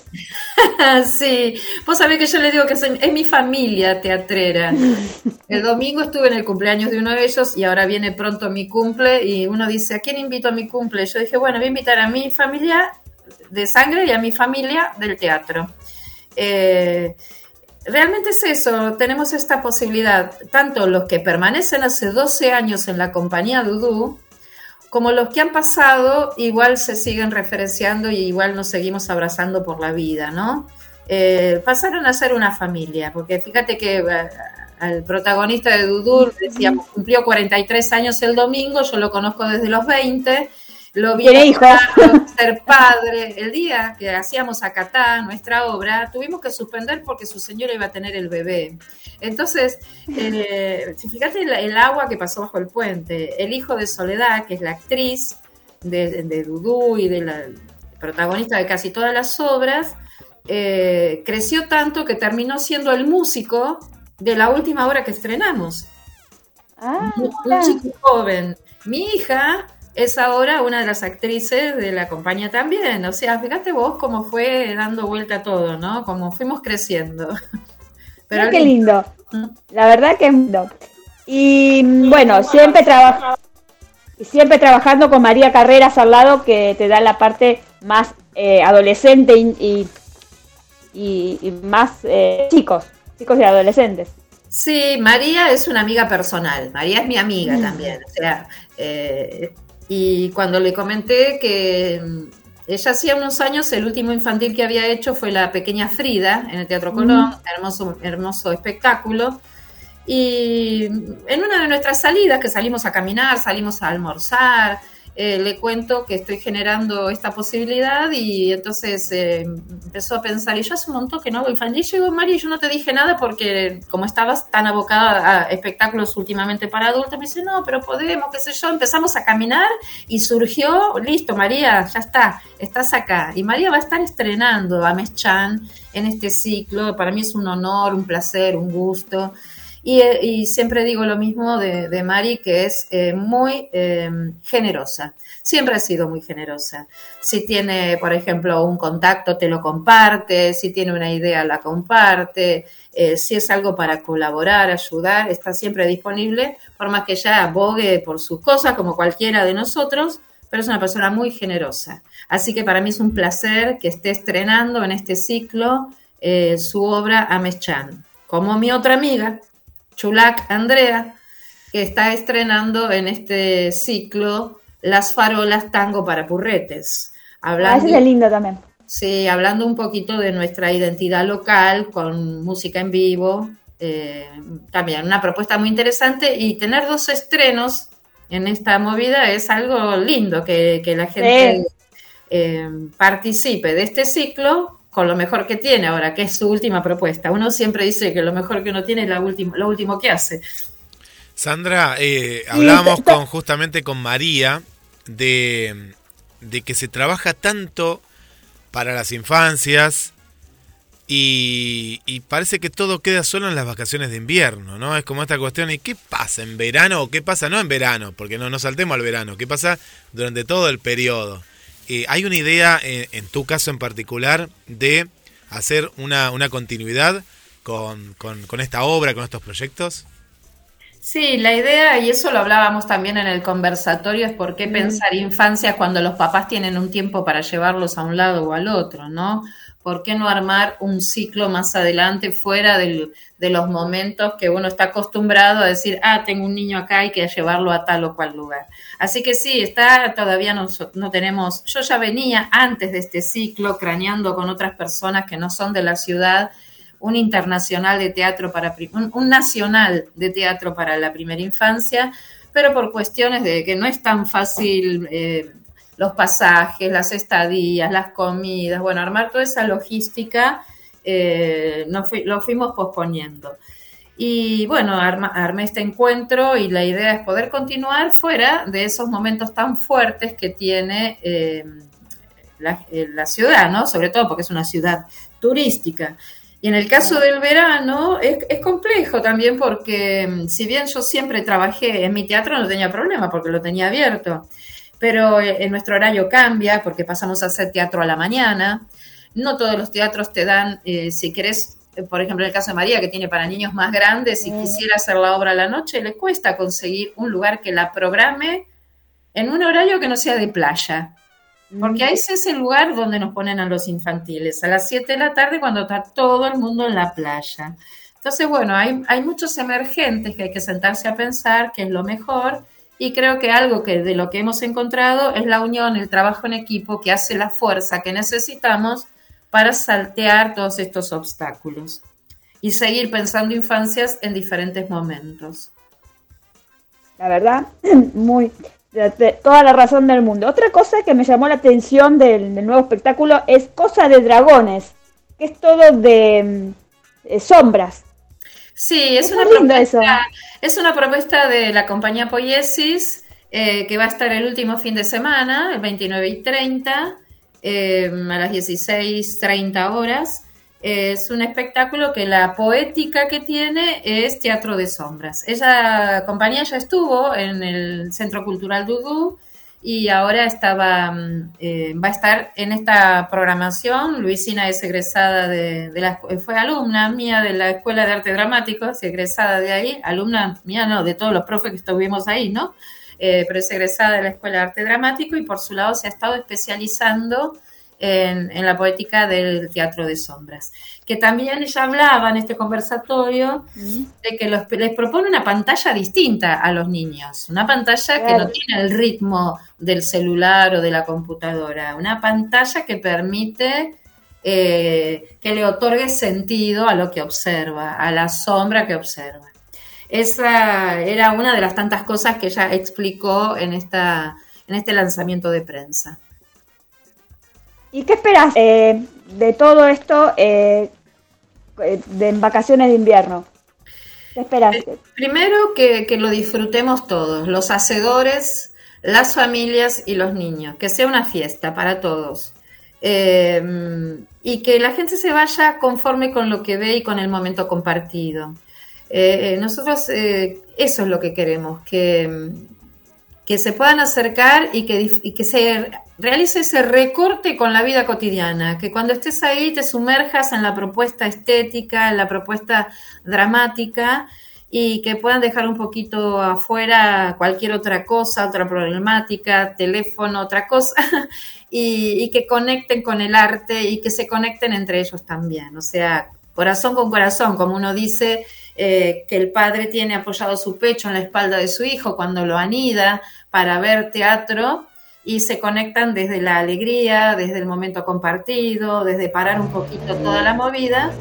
Sí, vos sabés que yo le digo que es, es mi familia teatrera. El domingo estuve en el cumpleaños de uno de ellos y ahora viene pronto mi cumple y uno dice: ¿a quién invito a mi cumple? Yo dije, bueno, voy a invitar a mi familia de sangre y a mi familia del teatro. Eh, realmente es eso, tenemos esta posibilidad, tanto los que permanecen hace doce años en la compañía Dudú, como los que han pasado, igual se siguen referenciando y igual nos seguimos abrazando por la vida, ¿no? Eh, pasaron a ser una familia, porque fíjate que eh, al protagonista de Dudú, decíamos, cumplió cuarenta y tres años el domingo, yo lo conozco desde los veinte. Lo vi ser padre. El día que hacíamos Acatá, nuestra obra, tuvimos que suspender porque su señora iba a tener el bebé. Entonces, eh, fíjate el, el agua que pasó bajo el puente. El hijo de Soledad, que es la actriz de, de Dudú y de la protagonista de casi todas las obras, eh, creció tanto que terminó siendo el músico de la última obra que estrenamos. Ah, un, un chico joven. Mi hija es ahora una de las actrices de la compañía también. O sea, fíjate vos cómo fue dando vuelta todo, ¿no? Cómo fuimos creciendo. Pero qué lindo. La verdad que es lindo. Y bueno, siempre trabaja, siempre trabajando con María Carreras al lado, que te da la parte más eh, adolescente y, y, y, y más eh, chicos, chicos y adolescentes. Sí, María es una amiga personal. María es mi amiga también. O sea, eh, y cuando le comenté que ella hacía unos años, el último infantil que había hecho fue La Pequeña Frida en el Teatro Colón, mm. hermoso, hermoso espectáculo. Y en una de nuestras salidas, que salimos a caminar, salimos a almorzar, eh, le cuento que estoy generando esta posibilidad y entonces eh, empezó a pensar, y yo hace un montón que no hago infantil. Yo digo, Mari, yo no te dije nada porque como estabas tan abocada a espectáculos últimamente para adultos, me dice, no, pero podemos, qué sé yo. Empezamos a caminar y surgió, listo, María, ya está, estás acá. Y María va a estar estrenando a Meschán en este ciclo. Para mí es un honor, un placer, un gusto. Y, y siempre digo lo mismo de, de Mari, que es eh, muy eh, generosa. Siempre ha sido muy generosa. Si tiene, por ejemplo, un contacto, te lo comparte. Si tiene una idea, la comparte. Eh, si es algo para colaborar, ayudar, está siempre disponible, por más que ella abogue por sus cosas, como cualquiera de nosotros, pero es una persona muy generosa. Así que para mí es un placer que esté estrenando en este ciclo eh, su obra Ameschán. Como mi otra amiga, Chulac Andrea, que está estrenando en este ciclo Las Farolas Tango para Purretes. Hablando, ah, ese es lindo también. Sí, hablando un poquito de nuestra identidad local con música en vivo. Eh, también una propuesta muy interesante, y tener dos estrenos en esta movida es algo lindo, que, que la gente sí. eh, participe de este ciclo con lo mejor que tiene ahora, que es su última propuesta. Uno siempre dice que lo mejor que uno tiene es la última, lo último que hace. Sandra, eh, hablábamos con, justamente con María de, de que se trabaja tanto para las infancias y, y parece que todo queda solo en las vacaciones de invierno, ¿no? Es como esta cuestión, ¿y qué pasa en verano o qué pasa no en verano? Porque no nos saltemos al verano, ¿qué pasa durante todo el periodo? Eh, ¿Hay una idea, en, en tu caso en particular, de hacer una, una continuidad con, con, con esta obra, con estos proyectos? Sí, la idea, y eso lo hablábamos también en el conversatorio, es por qué mm. pensar infancia cuando los papás tienen un tiempo para llevarlos a un lado o al otro, ¿no? ¿Por qué no armar un ciclo más adelante fuera del, de los momentos que uno está acostumbrado a decir, ah, tengo un niño acá, hay que llevarlo a tal o cual lugar? Así que sí, está, todavía no, no tenemos, yo ya venía antes de este ciclo craneando con otras personas que no son de la ciudad, un internacional de teatro para, un, un nacional de teatro para la primera infancia, pero por cuestiones de que no es tan fácil eh, los pasajes, las estadías, las comidas, bueno, armar toda esa logística, eh, no fui, lo fuimos posponiendo. Y bueno, arma, armé este encuentro y la idea es poder continuar fuera de esos momentos tan fuertes que tiene eh, la, la ciudad, ¿no? Sobre todo porque es una ciudad turística. Y en el caso del verano es, es complejo también porque si bien yo siempre trabajé en mi teatro no tenía problema porque lo tenía abierto, pero en nuestro horario cambia porque pasamos a hacer teatro a la mañana. No todos los teatros te dan, eh, si querés, por ejemplo en el caso de María que tiene para niños más grandes, si quisiera hacer la obra a la noche le cuesta conseguir un lugar que la programe en un horario que no sea de playa. Porque ese es el lugar donde nos ponen a los infantiles, a las siete de la tarde cuando está todo el mundo en la playa. Entonces, bueno, hay, hay muchos emergentes que hay que sentarse a pensar qué es lo mejor, y creo que algo que de lo que hemos encontrado es la unión, el trabajo en equipo que hace la fuerza que necesitamos para saltear todos estos obstáculos y seguir pensando infancias en diferentes momentos. La verdad, muy... De, de, toda la razón del mundo. Otra cosa que me llamó la atención del, del nuevo espectáculo es Cosa de Dragones, que es todo de, de sombras. Sí, es, es una propuesta, eso. es una propuesta de la compañía Poiesis, eh, que va a estar el último fin de semana, el veintinueve y treinta, eh, a las dieciséis treinta horas. Es un espectáculo que la poética que tiene es teatro de sombras. Esa compañía ya estuvo en el Centro Cultural Dudú y ahora estaba, eh, va a estar en esta programación. Luisina es egresada de, de la, fue alumna mía de la Escuela de Arte Dramático, es egresada de ahí, alumna mía no, de todos los profes que estuvimos ahí, ¿no? Eh, pero es egresada de la Escuela de Arte Dramático y por su lado se ha estado especializando En, en la poética del teatro de sombras, que también ella hablaba en este conversatorio mm. de que los, les propone una pantalla distinta a los niños, una pantalla claro. que no tiene el ritmo del celular o de la computadora, una pantalla que permite eh, que le otorgue sentido a lo que observa, a la sombra que observa. esa era una de las tantas cosas que ella explicó en, esta, en este lanzamiento de prensa. ¿Y qué esperas eh, de todo esto eh, de en vacaciones de invierno? ¿Qué esperas? Primero que, que lo disfrutemos todos, los hacedores, las familias y los niños, que sea una fiesta para todos. Eh, y que la gente se vaya conforme con lo que ve y con el momento compartido. Eh, nosotros eh, eso es lo que queremos, que, que se puedan acercar y que, y que se realice ese recorte con la vida cotidiana, que cuando estés ahí te sumerjas en la propuesta estética, en la propuesta dramática, y que puedan dejar un poquito afuera cualquier otra cosa, otra problemática, teléfono, otra cosa, y, y que conecten con el arte y que se conecten entre ellos también. O sea, corazón con corazón, como uno dice, eh, que el padre tiene apoyado su pecho en la espalda de su hijo cuando lo anida para ver teatro, y se conectan desde la alegría, desde el momento compartido, desde parar un poquito toda la movida,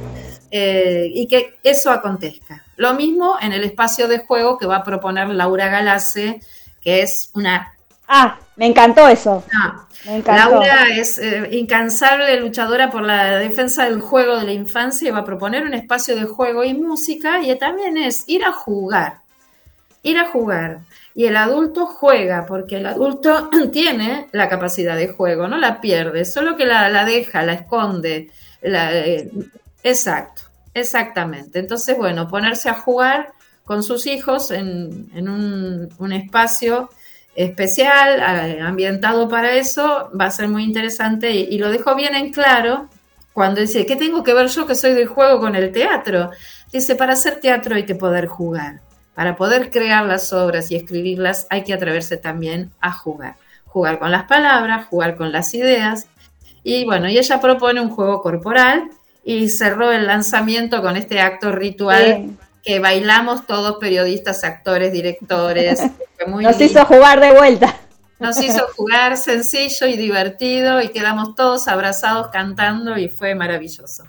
eh, y que eso acontezca. Lo mismo en el espacio de juego que va a proponer Laura Galace, que es una... Ah, me encantó eso. Ah, me encantó. Laura es eh, incansable luchadora por la defensa del juego de la infancia y va a proponer un espacio de juego y música, y también es ir a jugar, ir a jugar. Y el adulto juega, porque el adulto tiene la capacidad de juego, no la pierde, solo que la, la deja, la esconde. La, eh, exacto, exactamente. Entonces, bueno, ponerse a jugar con sus hijos en, en un, un espacio especial, ambientado para eso, va a ser muy interesante, y, y lo dejo bien en claro cuando dice, ¿qué tengo que ver yo que soy del juego con el teatro? Dice, para hacer teatro hay que poder jugar. Para poder crear las obras y escribirlas hay que atreverse también a jugar. Jugar con las palabras, jugar con las ideas. Y bueno, y ella propone un juego corporal y cerró el lanzamiento con este acto ritual sí. que bailamos todos, periodistas, actores, directores. Fue muy Nos lindo. hizo jugar de vuelta. Nos hizo jugar sencillo y divertido y quedamos todos abrazados cantando y fue maravilloso.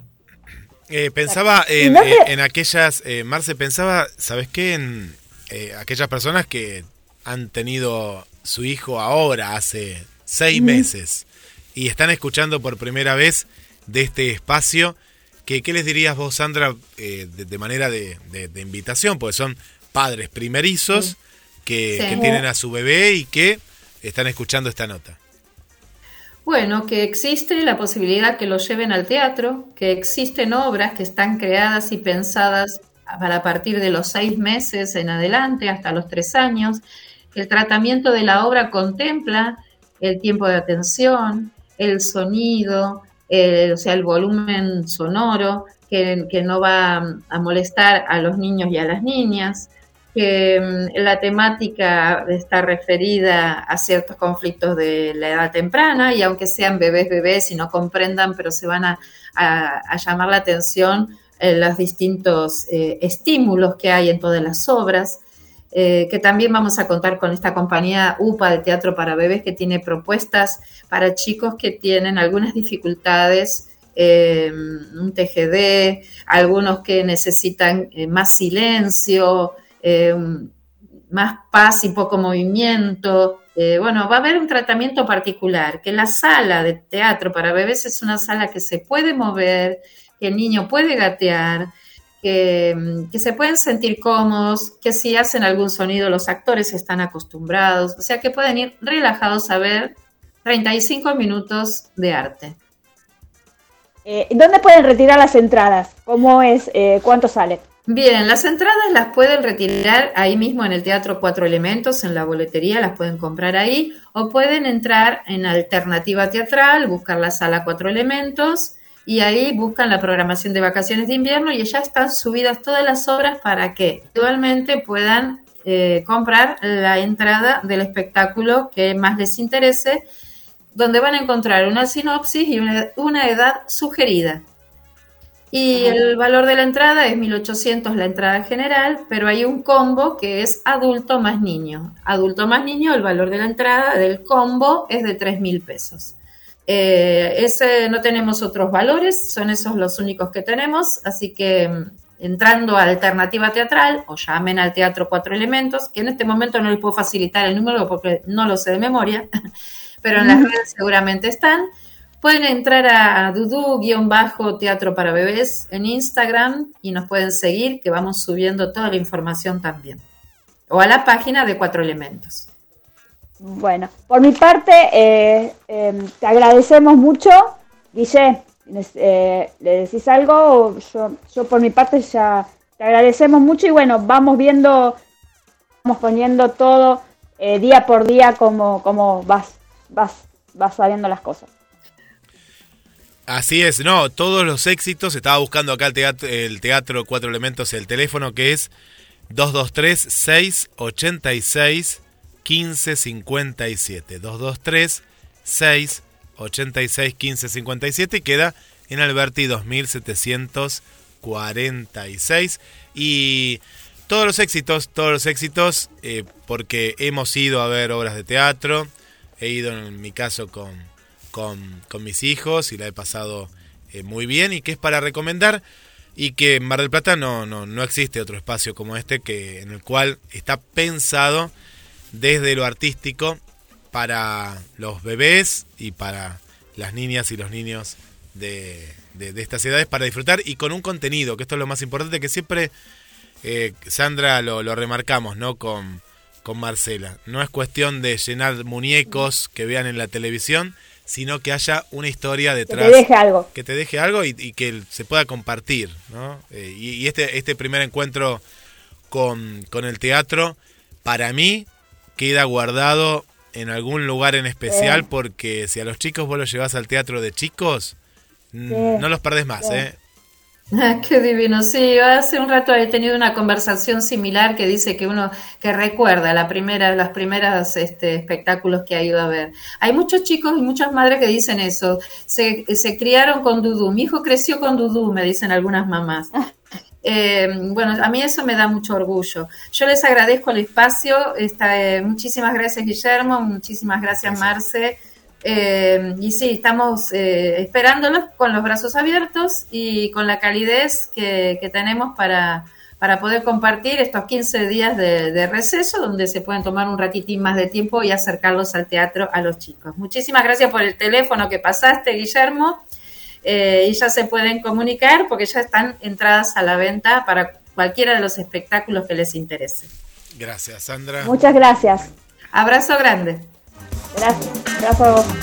Eh, pensaba en, en, en aquellas, eh, Marce, pensaba, ¿sabes qué? En eh, aquellas personas que han tenido su hijo ahora, hace seis mm. meses, y están escuchando por primera vez de este espacio, que, ¿qué les dirías vos, Sandra, eh, de, de manera de, de, de invitación? Porque son padres primerizos sí. Que, sí. que tienen a su bebé y que están escuchando esta nota. Bueno, que existe la posibilidad que lo lleven al teatro, que existen obras que están creadas y pensadas para partir de los seis meses en adelante hasta los tres años. El tratamiento de la obra contempla el tiempo de atención, el sonido, el, o sea, el volumen sonoro, que, que no va a molestar a los niños y a las niñas, que la temática está referida a ciertos conflictos de la edad temprana, y aunque sean bebés bebés y no comprendan, pero se van a, a, a llamar la atención eh, los distintos eh, estímulos que hay en todas las obras, eh, que también vamos a contar con esta compañía U P A de Teatro para Bebés, que tiene propuestas para chicos que tienen algunas dificultades, eh, un T G D, algunos que necesitan eh, más silencio, Eh, más paz y poco movimiento. Eh, bueno, va a haber un tratamiento particular, que la sala de teatro para bebés es una sala que se puede mover, que el niño puede gatear, que, que se pueden sentir cómodos, que si hacen algún sonido los actores están acostumbrados, o sea que pueden ir relajados a ver treinta y cinco minutos de arte. Eh, ¿Dónde pueden retirar las entradas? ¿Cómo es? Eh, ¿Cuánto sale? Bien, las entradas las pueden retirar ahí mismo en el Teatro Cuatro Elementos, en la boletería, las pueden comprar ahí, o pueden entrar en Alternativa Teatral, buscar la sala Cuatro Elementos, y ahí buscan la programación de vacaciones de invierno, y ya están subidas todas las obras para que actualmente puedan eh, comprar la entrada del espectáculo que más les interese, donde van a encontrar una sinopsis y una, una edad sugerida. Y el valor de la entrada es mil ochocientos la entrada general, pero hay un combo que es adulto más niño. Adulto más niño, el valor de la entrada del combo es de tres mil pesos. Eh, ese, no tenemos otros valores, son esos los únicos que tenemos, así que entrando a Alternativa Teatral o llamen al Teatro Cuatro Elementos, que en este momento no les puedo facilitar el número porque no lo sé de memoria, pero en las redes seguramente están. Pueden entrar a Dudú-Teatro para Bebés en Instagram y nos pueden seguir, que vamos subiendo toda la información también. O a la página de Cuatro Elementos. Bueno, por mi parte, eh, eh, te agradecemos mucho. Guille, eh, ¿le decís algo? Yo, yo por mi parte ya te agradecemos mucho y bueno, vamos viendo, vamos poniendo todo eh, día por día como, como vas, vas, vas sabiendo las cosas. Así es, no, todos los éxitos, estaba buscando acá el teatro, el teatro Cuatro Elementos, el teléfono que es dos dos tres, seis ocho seis, uno cinco cinco siete, dos dos tres, seis ocho seis, uno cinco cinco siete y queda en Alberti dos mil setecientos cuarenta y seis y todos los éxitos, todos los éxitos eh, porque hemos ido a ver obras de teatro, he ido en mi caso con Con, con mis hijos y la he pasado eh, muy bien y que es para recomendar y que en Mar del Plata no, no, no existe otro espacio como este que en el cual está pensado desde lo artístico para los bebés y para las niñas y los niños de, de, de estas edades para disfrutar y con un contenido, que esto es lo más importante que siempre eh, Sandra lo, lo remarcamos, ¿no? Con, con Marcela, no es cuestión de llenar muñecos que vean en la televisión, sino que haya una historia detrás. Que te deje algo. Que te deje algo y, y que se pueda compartir, ¿no? Eh, y, y este, este primer encuentro con, con el teatro, para mí, queda guardado en algún lugar en especial, sí. Porque si a los chicos vos los llevás al teatro de chicos, sí. no los perdés más, sí. ¿eh? Qué divino, sí, hace un rato he tenido una conversación similar que dice que uno que recuerda la primera, las primeras este, espectáculos que ha ido a ver. Hay muchos chicos y muchas madres que dicen eso, se, se criaron con Dudú, mi hijo creció con Dudú, me dicen algunas mamás. Eh, bueno, a mí eso me da mucho orgullo. Yo les agradezco el espacio, esta, eh, muchísimas gracias Guillermo, muchísimas gracias, gracias. Marce. Eh, y sí, estamos eh, esperándolos con los brazos abiertos y con la calidez que, que tenemos para, para poder compartir estos quince días de, de receso, donde se pueden tomar un ratitín más de tiempo y acercarlos al teatro a los chicos. Muchísimas gracias por el teléfono que pasaste, Guillermo, eh, y ya se pueden comunicar porque ya están entradas a la venta para cualquiera de los espectáculos que les interese. Gracias, Sandra. Muchas gracias. Abrazo grande. Gracias, gracias a vos.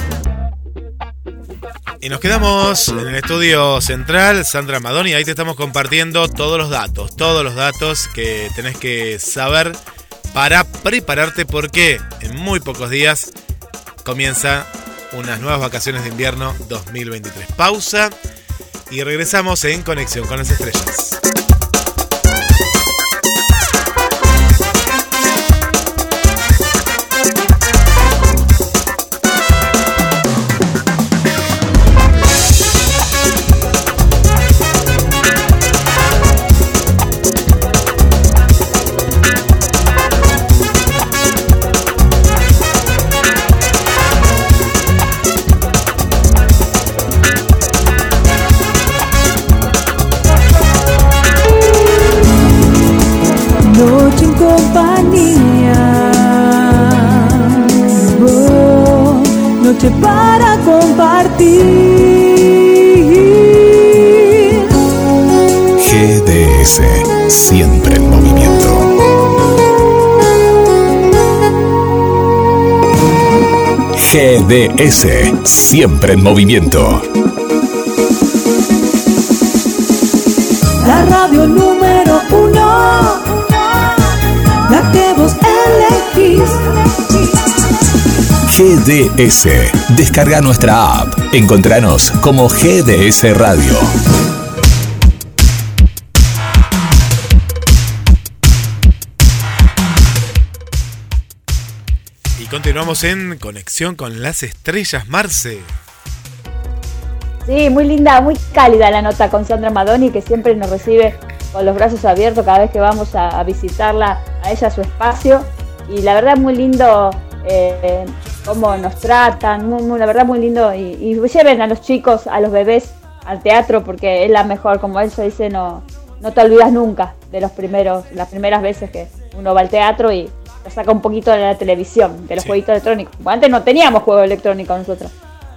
Y nos quedamos en el estudio central, Sandra Madoni, ahí te estamos compartiendo todos los datos, todos los datos que tenés que saber para prepararte porque en muy pocos días comienza unas nuevas vacaciones de invierno dos mil veintitrés. Pausa y regresamos en Conexión con las Estrellas. Noche en compañía, oh, noche para compartir. G D S, siempre en movimiento. G D S, siempre en movimiento. La radio número uno, la que vos elegís. G D S. Descarga nuestra app. Encontranos como G D S Radio. Y continuamos en Conexión con las Estrellas, Marce. Sí, muy linda, muy cálida la nota con Sandra Madoni, que siempre nos recibe con los brazos abiertos cada vez que vamos a, a visitarla, a ella, a su espacio. Y la verdad muy lindo eh, cómo nos tratan, muy, muy, la verdad muy lindo. Y, y lleven a los chicos, a los bebés al teatro, porque es la mejor, como él se dice, no, no te olvidas nunca de los primeros, las primeras veces que uno va al teatro y lo saca un poquito de la televisión, de los sí. jueguitos electrónicos. Antes no teníamos juegos electrónicos nosotros.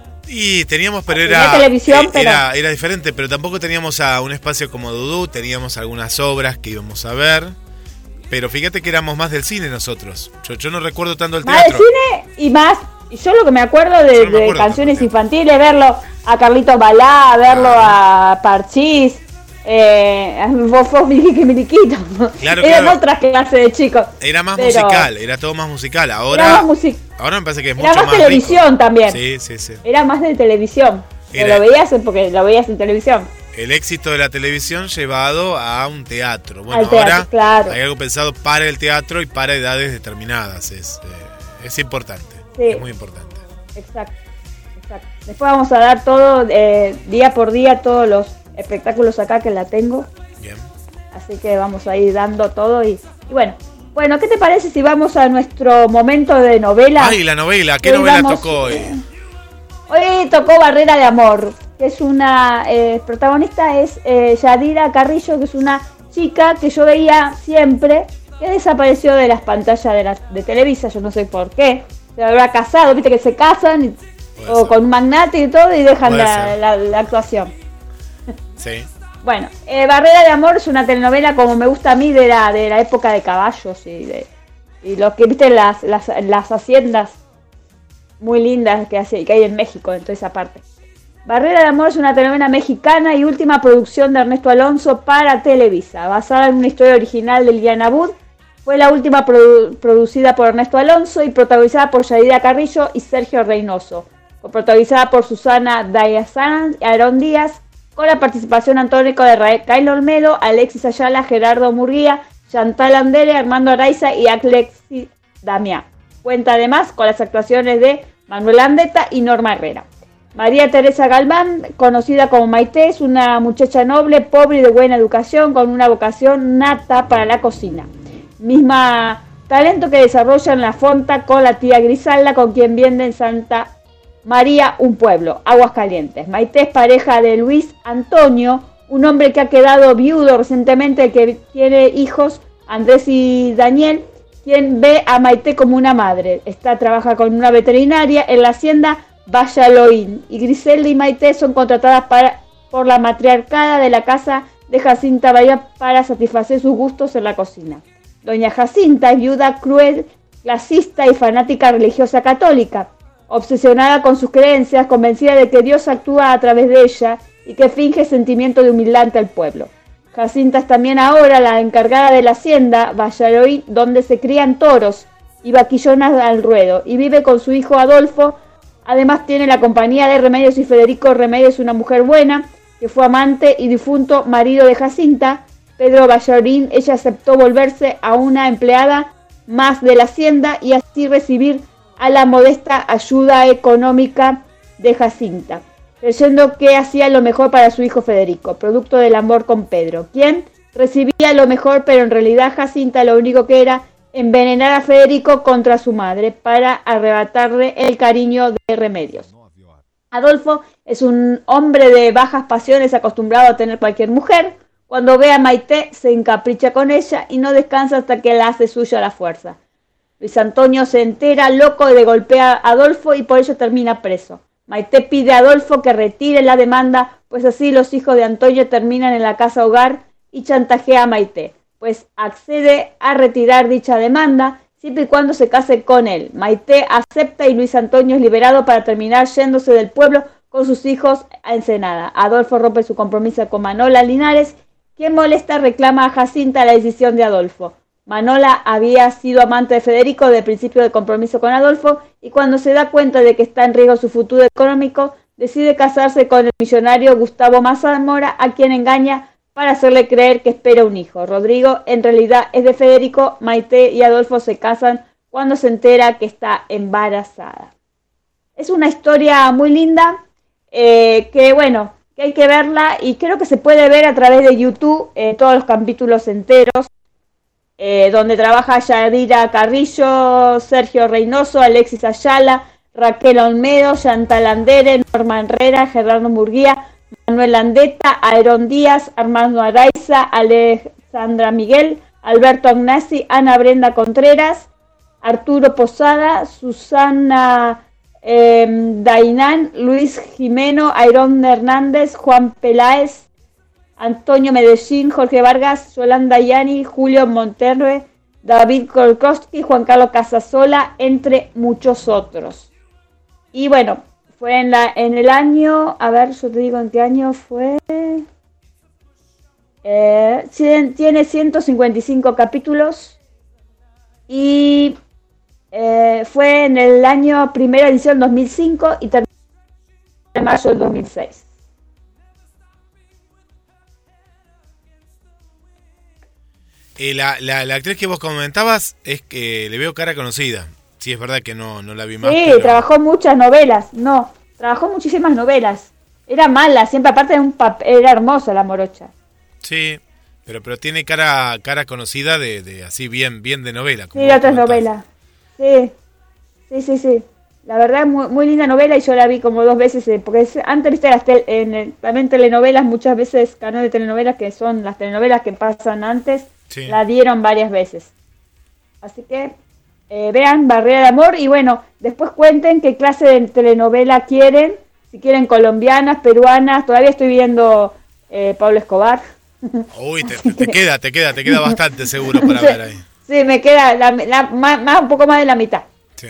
Y teníamos, pero era, televisión, eh, pero... era era diferente, pero tampoco teníamos a un espacio como Dudú, teníamos algunas obras que íbamos a ver, pero fíjate que éramos más del cine nosotros. Yo, yo no recuerdo tanto el teatro. Más del cine y más, y yo lo que me acuerdo de, no me acuerdo de canciones tampoco. Infantiles, verlo a Carlito Balá, verlo ah. a Parchís, eh, a Fofo Miliqui Miliquito. Claro, Eran claro. otras clases de chicos. Era más pero... musical, era todo más musical. Ahora, era más music... ahora me parece que es era mucho más más televisión rico. También. Sí, sí, sí. Era más de televisión. Era... Lo veías porque lo veías en televisión. El éxito de la televisión llevado a un teatro. Bueno, teatro, ahora claro. hay algo pensado para el teatro y para edades determinadas. Es, eh, es importante. Sí. Es muy importante. Exacto, exacto. Después vamos a dar todo, eh, día por día, todos los espectáculos acá que la tengo. Bien. Así que vamos a ir dando todo y, y bueno. Bueno, ¿qué te parece si vamos a nuestro momento de novela? Ay, la novela. ¿Qué hoy novela vamos, tocó hoy? Eh, hoy tocó Barrera de Amor. Que es una eh, protagonista es eh, Yadira Carrillo, que es una chica que yo veía siempre, que desapareció de las pantallas de, la, de Televisa, yo no sé por qué, se habrá casado, viste que se casan y, o ser. Con un magnate y todo y dejan la, la, la actuación. Sí. Bueno, eh, Barrera de Amor es una telenovela como me gusta a mí de la, de la época de caballos y de y los que viste las, las, las haciendas muy lindas que, hace, que hay en México, en toda esa parte. Barrera de Amor es una telenovela mexicana y última producción de Ernesto Alonso para Televisa, basada en una historia original de Liliana Wood. Fue la última produ- producida por Ernesto Alonso y protagonizada por Yadira Carrillo y Sergio Reynoso. Fue protagonizada por Susana Dayasan y Aarón Díaz, con la participación antónica de Raquel Olmedo, Alexis Ayala, Gerardo Murguía, Chantal Andere, Armando Araiza y Alexis Damián. Cuenta además con las actuaciones de Manuel Andeta y Norma Herrera. María Teresa Galván, conocida como Maite, es una muchacha noble, pobre y de buena educación, con una vocación nata para la cocina. Misma talento que desarrolla en la fonta con la tía Grisalda, con quien viene en Santa María, un pueblo, Aguascalientes. Maite es pareja de Luis Antonio, un hombre que ha quedado viudo recientemente, que tiene hijos, Andrés y Daniel, quien ve a Maite como una madre. Esta trabaja con una veterinaria en la hacienda Vallaloín, y Griselda y Maite son contratadas para, por la matriarcada de la casa de Jacinta Bahía para satisfacer sus gustos en la cocina. Doña Jacinta es viuda, cruel, clasista y fanática religiosa católica, obsesionada con sus creencias, convencida de que Dios actúa a través de ella y que finge sentimiento de humildad ante el pueblo. Jacinta es también ahora la encargada de la hacienda Vallaloín, donde se crían toros y vaquillonas al ruedo, y vive con su hijo Adolfo. Además tiene la compañía de Remedios y Federico Remedios, una mujer buena, que fue amante y difunto marido de Jacinta, Pedro Vallaloín. Ella aceptó volverse a una empleada más de la hacienda y así recibir a la modesta ayuda económica de Jacinta, creyendo que hacía lo mejor para su hijo Federico, producto del amor con Pedro, quien recibía lo mejor, pero en realidad Jacinta lo único que era envenenar a Federico contra su madre para arrebatarle el cariño de Remedios. Adolfo es un hombre de bajas pasiones, acostumbrado a tener cualquier mujer. Cuando ve a Maite se encapricha con ella y no descansa hasta que la hace suya a la fuerza. Luis Antonio se entera loco de golpear a Adolfo y por ello termina preso. Maite pide a Adolfo que retire la demanda, pues así los hijos de Antonio terminan en la casa hogar, y chantajea a Maite, pues accede a retirar dicha demanda siempre y cuando se case con él. Maite acepta y Luis Antonio es liberado para terminar yéndose del pueblo con sus hijos a Ensenada. Adolfo rompe su compromiso con Manola Linares, quien molesta reclama a Jacinta la decisión de Adolfo. Manola había sido amante de Federico de principio de compromiso con Adolfo, y cuando se da cuenta de que está en riesgo su futuro económico, decide casarse con el millonario Gustavo Mazamora, a quien engaña para hacerle creer que espera un hijo. Rodrigo en realidad es de Federico. Maite y Adolfo se casan cuando se entera que está embarazada. Es una historia muy linda, eh, que bueno, que hay que verla, y creo que se puede ver a través de YouTube, eh, todos los capítulos enteros, eh, donde trabaja Yadira Carrillo, Sergio Reynoso, Alexis Ayala, Raquel Olmedo, Chantal Andere, Norma Herrera, Gerardo Murguía, Manuel Landeta, Aarón Díaz, Armando Araiza, Alejandra Miguel, Alberto Agnasi, Ana Brenda Contreras, Arturo Posada, Susana eh, Dainán, Luis Jimeno, Aarón Hernández, Juan Peláez, Antonio Medellín, Jorge Vargas, Yolanda Yani, Julio Monterre, David Kolkowski, Juan Carlos Casasola, entre muchos otros. Y bueno, fue en, la, en el año, a ver, yo te digo en qué año fue... Eh, tiene ciento cincuenta y cinco capítulos y eh, fue en el año, primera edición dos mil cinco y terminó en mayo del dos mil seis. Eh, la, la, la actriz que vos comentabas es que le veo cara conocida. Sí, es verdad que no, no la vi más. Sí, pero... trabajó muchas novelas, no, trabajó muchísimas novelas. Era mala, siempre aparte de un papel, era hermosa la morocha. Sí, pero pero tiene cara cara conocida de, de así bien bien de novela. Sí, de otras novelas. Sí, sí, sí, sí. La verdad es muy, muy linda novela y yo la vi como dos veces, porque antes viste las tel, en el, también telenovelas, muchas veces canales de telenovelas que son las telenovelas que pasan antes, sí. La dieron varias veces. Así que eh, vean Barrera de Amor y bueno, después cuenten qué clase de telenovela quieren, si quieren colombianas, peruanas, todavía estoy viendo eh, Pablo Escobar. Uy, te, te, te queda, te queda, te queda bastante seguro para sí, ver ahí. Sí, me queda la, la, más, más, un poco más de la mitad. Sí.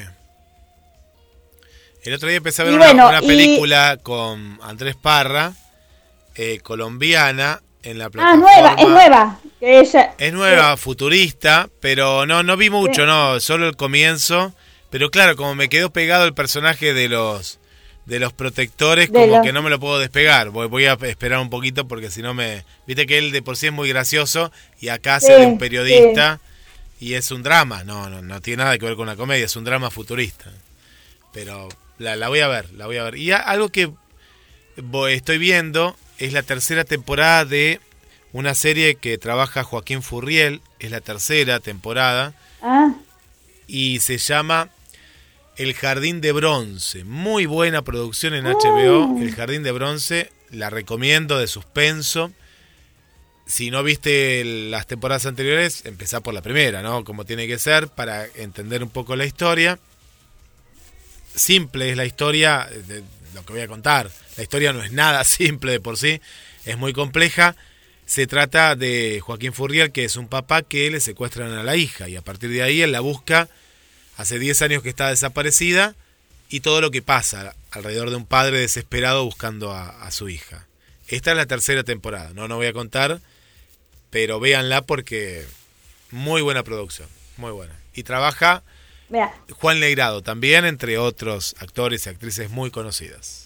El otro día empecé a ver y una, bueno, una y... película con Andrés Parra, eh, colombiana, en la plataforma. Ah, nueva, es nueva. Que ella... Es nueva, sí. Futurista, pero no, no vi mucho, sí. no, solo el comienzo. Pero claro, como me quedó pegado el personaje de los... de los protectores, de como lo... que no me lo puedo despegar. Voy, voy a esperar un poquito porque si no me... Viste que él de por sí es muy gracioso y acá hace sí, de un periodista sí. y es un drama. No, no, no tiene nada que ver con una comedia, es un drama futurista. Pero la, la voy a ver, la voy a ver. Y algo que voy, estoy viendo es la tercera temporada de una serie que trabaja Joaquín Furriel, es la tercera temporada. Ah. Y se llama... El Jardín de Bronce, muy buena producción en H B O. El Jardín de Bronce, la recomiendo, de suspenso. Si no viste las temporadas anteriores, empezá por la primera, ¿no? Como tiene que ser, para entender un poco la historia. Simple es la historia, de lo que voy a contar. La historia no es nada simple de por sí, es muy compleja. Se trata de Joaquín Furriel, que es un papá que le secuestran a la hija, y a partir de ahí él la busca. Hace diez años que está desaparecida y todo lo que pasa alrededor de un padre desesperado buscando a, a su hija. Esta es la tercera temporada, no, no voy a contar, pero véanla porque muy buena producción, muy buena. Y trabaja Mira. Juan Legrado también, entre otros actores y actrices muy conocidas.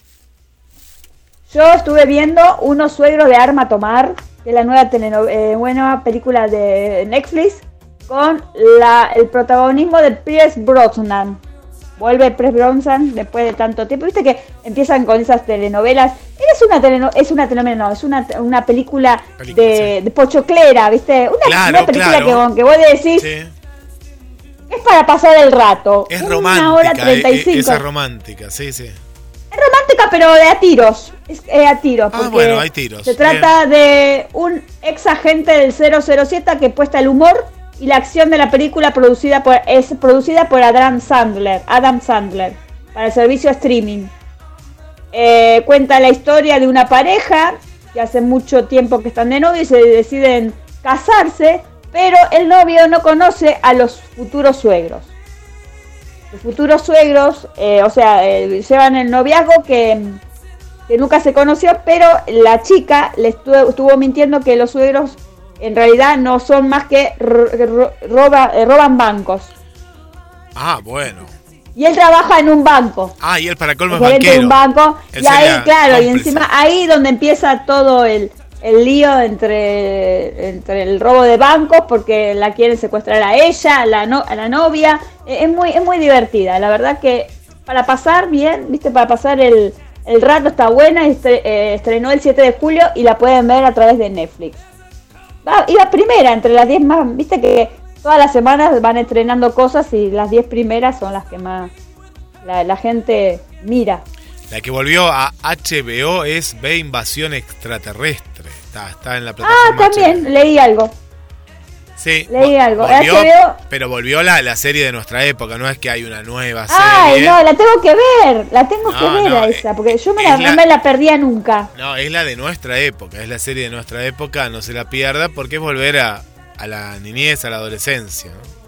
Yo estuve viendo Unos suegros de Arma Tomar, que es la nueva, teleno- eh, buena película de Netflix, con la, el protagonismo de Pierce Brosnan. Vuelve Pierce Brosnan después de tanto tiempo. Viste que empiezan con esas telenovelas. Es una teleno, es una telenovela, no, es una, una película, película de, sí. de pochoclera, ¿viste? Una, claro, una película claro. que, que vos decís sí. es para pasar el rato. Es una romántica, hora treinta y cinco. Esa es romántica, sí, sí. Es romántica, pero de a tiros. Es eh, a tiros. Ah, bueno, hay tiros. Se trata Bien. de un ex agente del cero cero siete que puesta el humor. Y la acción de la película producida por, es producida por Adam Sandler, Adam Sandler, para el servicio streaming. Eh, cuenta la historia de una pareja que hace mucho tiempo que están de novio y se deciden casarse, pero el novio no conoce a los futuros suegros. Los futuros suegros, eh, o sea, eh, llevan el noviazgo que, que nunca se conoció, pero la chica le estuvo, estuvo mintiendo que los suegros en realidad no son más que ro- ro- roba, eh, roban bancos. Ah, bueno. Y él trabaja en un banco. Ah, y él para colmo es banquero. En un banco. Él y ahí, claro, cómplice. Y encima ahí donde empieza todo el, el lío entre, entre el robo de bancos, porque la quieren secuestrar a ella, a la, no, a la novia. Es muy, es muy divertida, la verdad que para pasar bien, viste, para pasar el, el rato está buena. Estre, eh, estrenó el siete de julio y la pueden ver a través de Netflix. Y la primera, entre las diez más, viste que todas las semanas van estrenando cosas y las diez primeras son las que más la, la gente mira. La que volvió a H B O es Ve Invasión Extraterrestre. Está, está en la plataforma. Ah, también, H B O. leí algo. Sí, leí algo. Volvió, H B O... pero volvió la, la serie de nuestra época, no es que hay una nueva Ay, serie. no, la tengo que ver, la tengo No, que ver no, a esa, porque yo me la, la, no me la perdía nunca. No, es la de nuestra época, es la serie de nuestra época, no se la pierda porque es volver a, a la niñez, a la adolescencia, ¿no?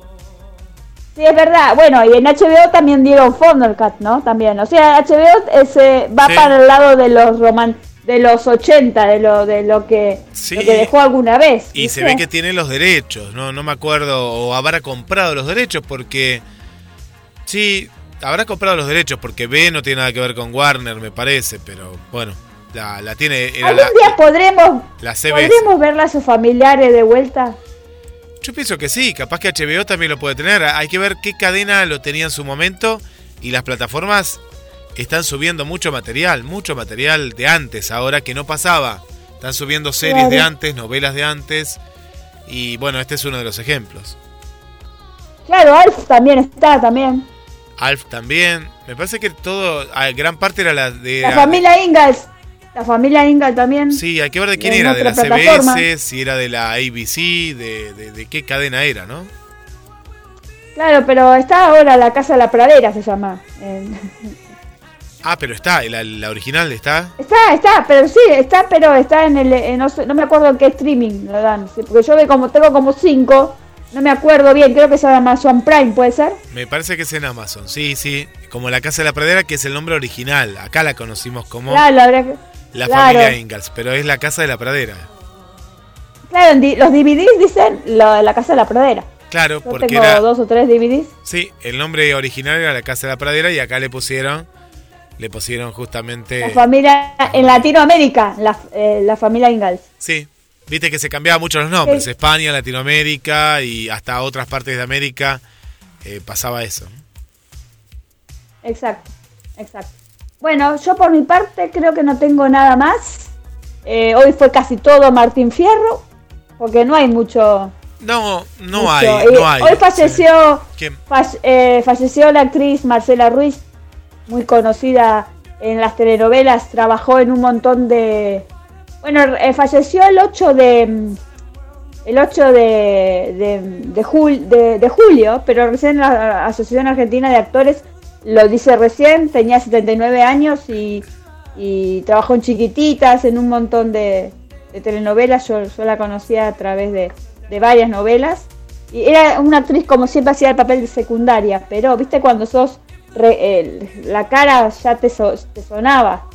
Sí, es verdad. Bueno, y en H B O también dieron Thundercat, ¿no? También. O sea, H B O es, eh, va Sí. para el lado de los roman de los ochenta, de lo de lo que, Sí. lo que dejó alguna vez. Y ¿viste? se ve que tiene los derechos, no no me acuerdo, o habrá comprado los derechos porque... Sí, habrá comprado los derechos porque B no tiene nada que ver con Warner, me parece, pero bueno, la, la tiene... Era ¿Algún la, día podremos, la C B S. podremos verla a sus familiares de vuelta? Yo pienso que sí, capaz que H B O también lo puede tener. Hay que ver qué cadena lo tenía en su momento y las plataformas están subiendo mucho material, mucho material de antes ahora que no pasaba. Están subiendo series Claro. de antes, novelas de antes y bueno, este es uno de los ejemplos. Claro, Alf también está, también. Alf también. Me parece que todo, a gran parte era la de... La familia Ingalls. La familia Ingalls también. Sí, hay que ver de quién en era, de otra la C B plataforma. S, si era de la A B C, de, de, de qué cadena era, ¿no? Claro, pero está ahora la Casa de la Pradera, se llama. En- Ah, pero está, la, la original está. Está, está, pero sí, está, pero está en el, en no, sé, no me acuerdo en qué streaming lo dan, sí, porque yo ve como tengo como cinco, no me acuerdo bien, creo que se llama Amazon Prime, ¿puede ser? Me parece que es en Amazon, sí, sí. Como la Casa de la Pradera, que es el nombre original. Acá la conocimos como Claro, la, verdad que- la claro. familia Ingalls, pero es la Casa de la Pradera. Claro, en di- los D V Ds dicen lo- la Casa de la Pradera. Claro, Yo porque tengo era... dos o tres D V Ds. Sí, el nombre original era la Casa de la Pradera y acá le pusieron... Le pusieron justamente... La familia, en Latinoamérica, la, eh, la familia Ingalls. Sí, viste que se cambiaban mucho los nombres. Sí. España, Latinoamérica y hasta otras partes de América eh, pasaba eso. Exacto, exacto. Bueno, yo por mi parte creo que no tengo nada más. Eh, hoy fue casi todo Martín Fierro, porque no hay mucho... No, no mucho. hay, Eh, no hay. Hoy falleció, ¿Quién? falle- eh, falleció la actriz Marcela Ruiz, muy conocida en las telenovelas, trabajó en un montón de... Bueno, eh, falleció el ocho de... El ocho de, de, de, jul- de, de julio, pero recién la Asociación Argentina de Actores lo dice recién, tenía setenta y nueve años y, y trabajó en Chiquititas, en un montón de, de telenovelas, yo, yo la conocía a través de, de varias novelas. Y era una actriz como siempre hacía el papel de secundaria, pero viste cuando sos... Re, eh, la cara ya te, so, te sonaba.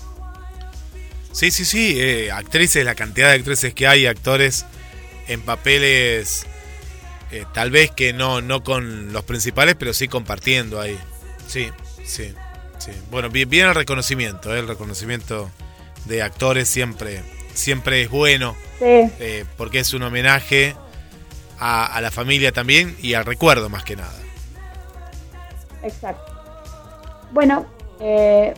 Sí, sí, sí, eh, actrices, la cantidad de actrices que hay, actores en papeles, eh, tal vez que no, no con los principales, pero sí compartiendo ahí. Sí, sí, sí. Bueno, bien, bien el reconocimiento, eh, el reconocimiento de actores siempre, siempre es bueno, Sí. eh, porque es un homenaje a, a la familia también y al recuerdo más que nada. Exacto. Bueno, eh,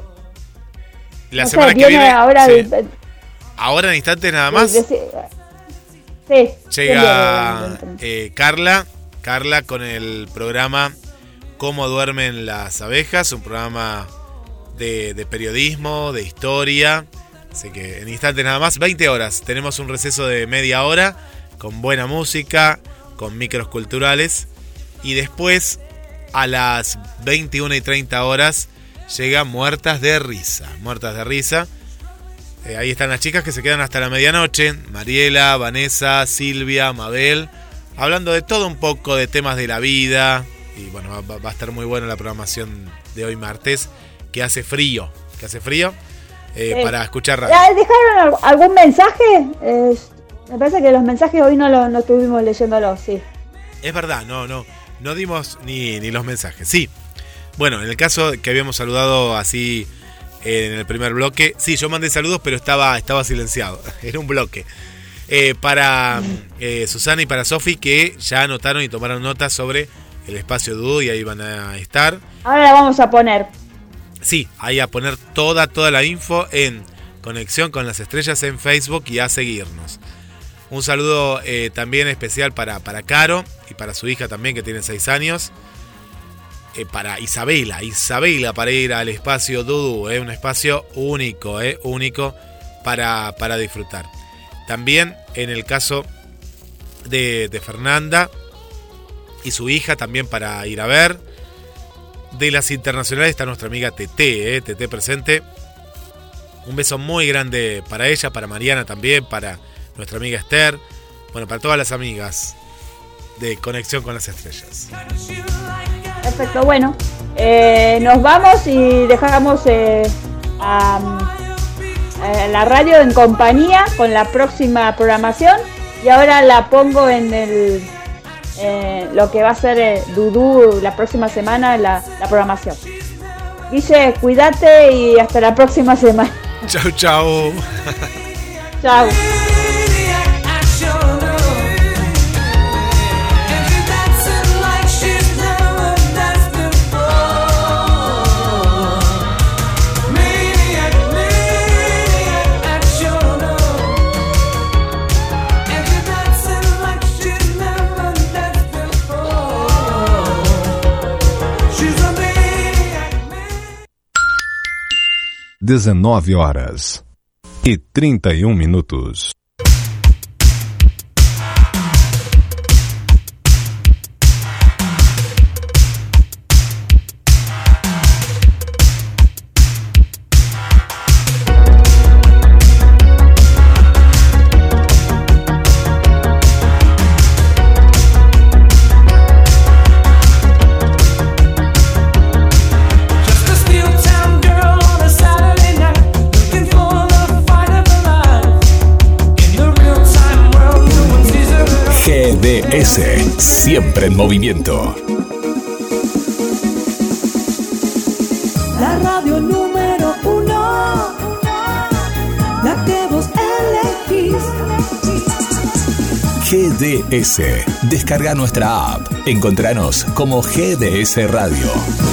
La no semana sé, que viene viene, ahora sí. el- ahora en instantes nada más. de- de- sí, Llega bien, bien, bien. eh, Carla, Carla con el programa Cómo duermen las abejas, un programa de, de periodismo, de historia. Así que en instantes nada más, veinte horas. Tenemos un receso de media hora con buena música, con micros culturales. Y después, a las veintiuna y treinta horas, llega Muertas de Risa. Muertas de Risa. Eh, ahí están las chicas que se quedan hasta la medianoche. Mariela, Vanessa, Silvia, Mabel. Hablando de todo un poco, de temas de la vida. Y bueno, va, va a estar muy buena la programación de hoy martes. Que hace frío. Que hace frío. Eh, Sí. Para escuchar radio. ¿Ya ¿Dejaron al- algún mensaje? Eh, me parece que los mensajes hoy no lo no estuvimos leyéndolos, sí. Es verdad, no, no. No dimos ni, ni los mensajes. Sí. Bueno, en el caso que habíamos saludado así eh, en el primer bloque. Sí, yo mandé saludos, pero estaba, estaba silenciado. Era un bloque. Eh, para eh, Susana y para Sofi, que ya anotaron y tomaron notas sobre el espacio Dudu y ahí van a estar. Ahora la vamos a poner. Sí, ahí a poner toda, toda la info en Conexión con las Estrellas en Facebook y a seguirnos. Un saludo eh, también especial para, para Caro y para su hija también, que tiene seis años. eh, para Isabela, Isabela para ir al espacio Dudu, eh, un espacio único, eh, único para, para disfrutar. También en el caso de, de Fernanda y su hija, también para ir a ver. De las internacionales está nuestra amiga Tete, eh, Tete presente. Un beso muy grande para ella, para Mariana también, para nuestra amiga Esther. Bueno, para todas las amigas de Conexión con las Estrellas. Perfecto, bueno. Eh, nos vamos y dejamos eh, a, a la radio en compañía con la próxima programación. Y ahora la pongo en el eh, lo que va a ser eh, Dudu la próxima semana, la, la programación. Guille, cuídate y hasta la próxima semana. Chau, chau. Chau. dezenove horas e trinta e um minutos. G D S, siempre en movimiento. La radio número uno, la que vos elegís. G D S, descarga nuestra app. Encontranos como G D S Radio.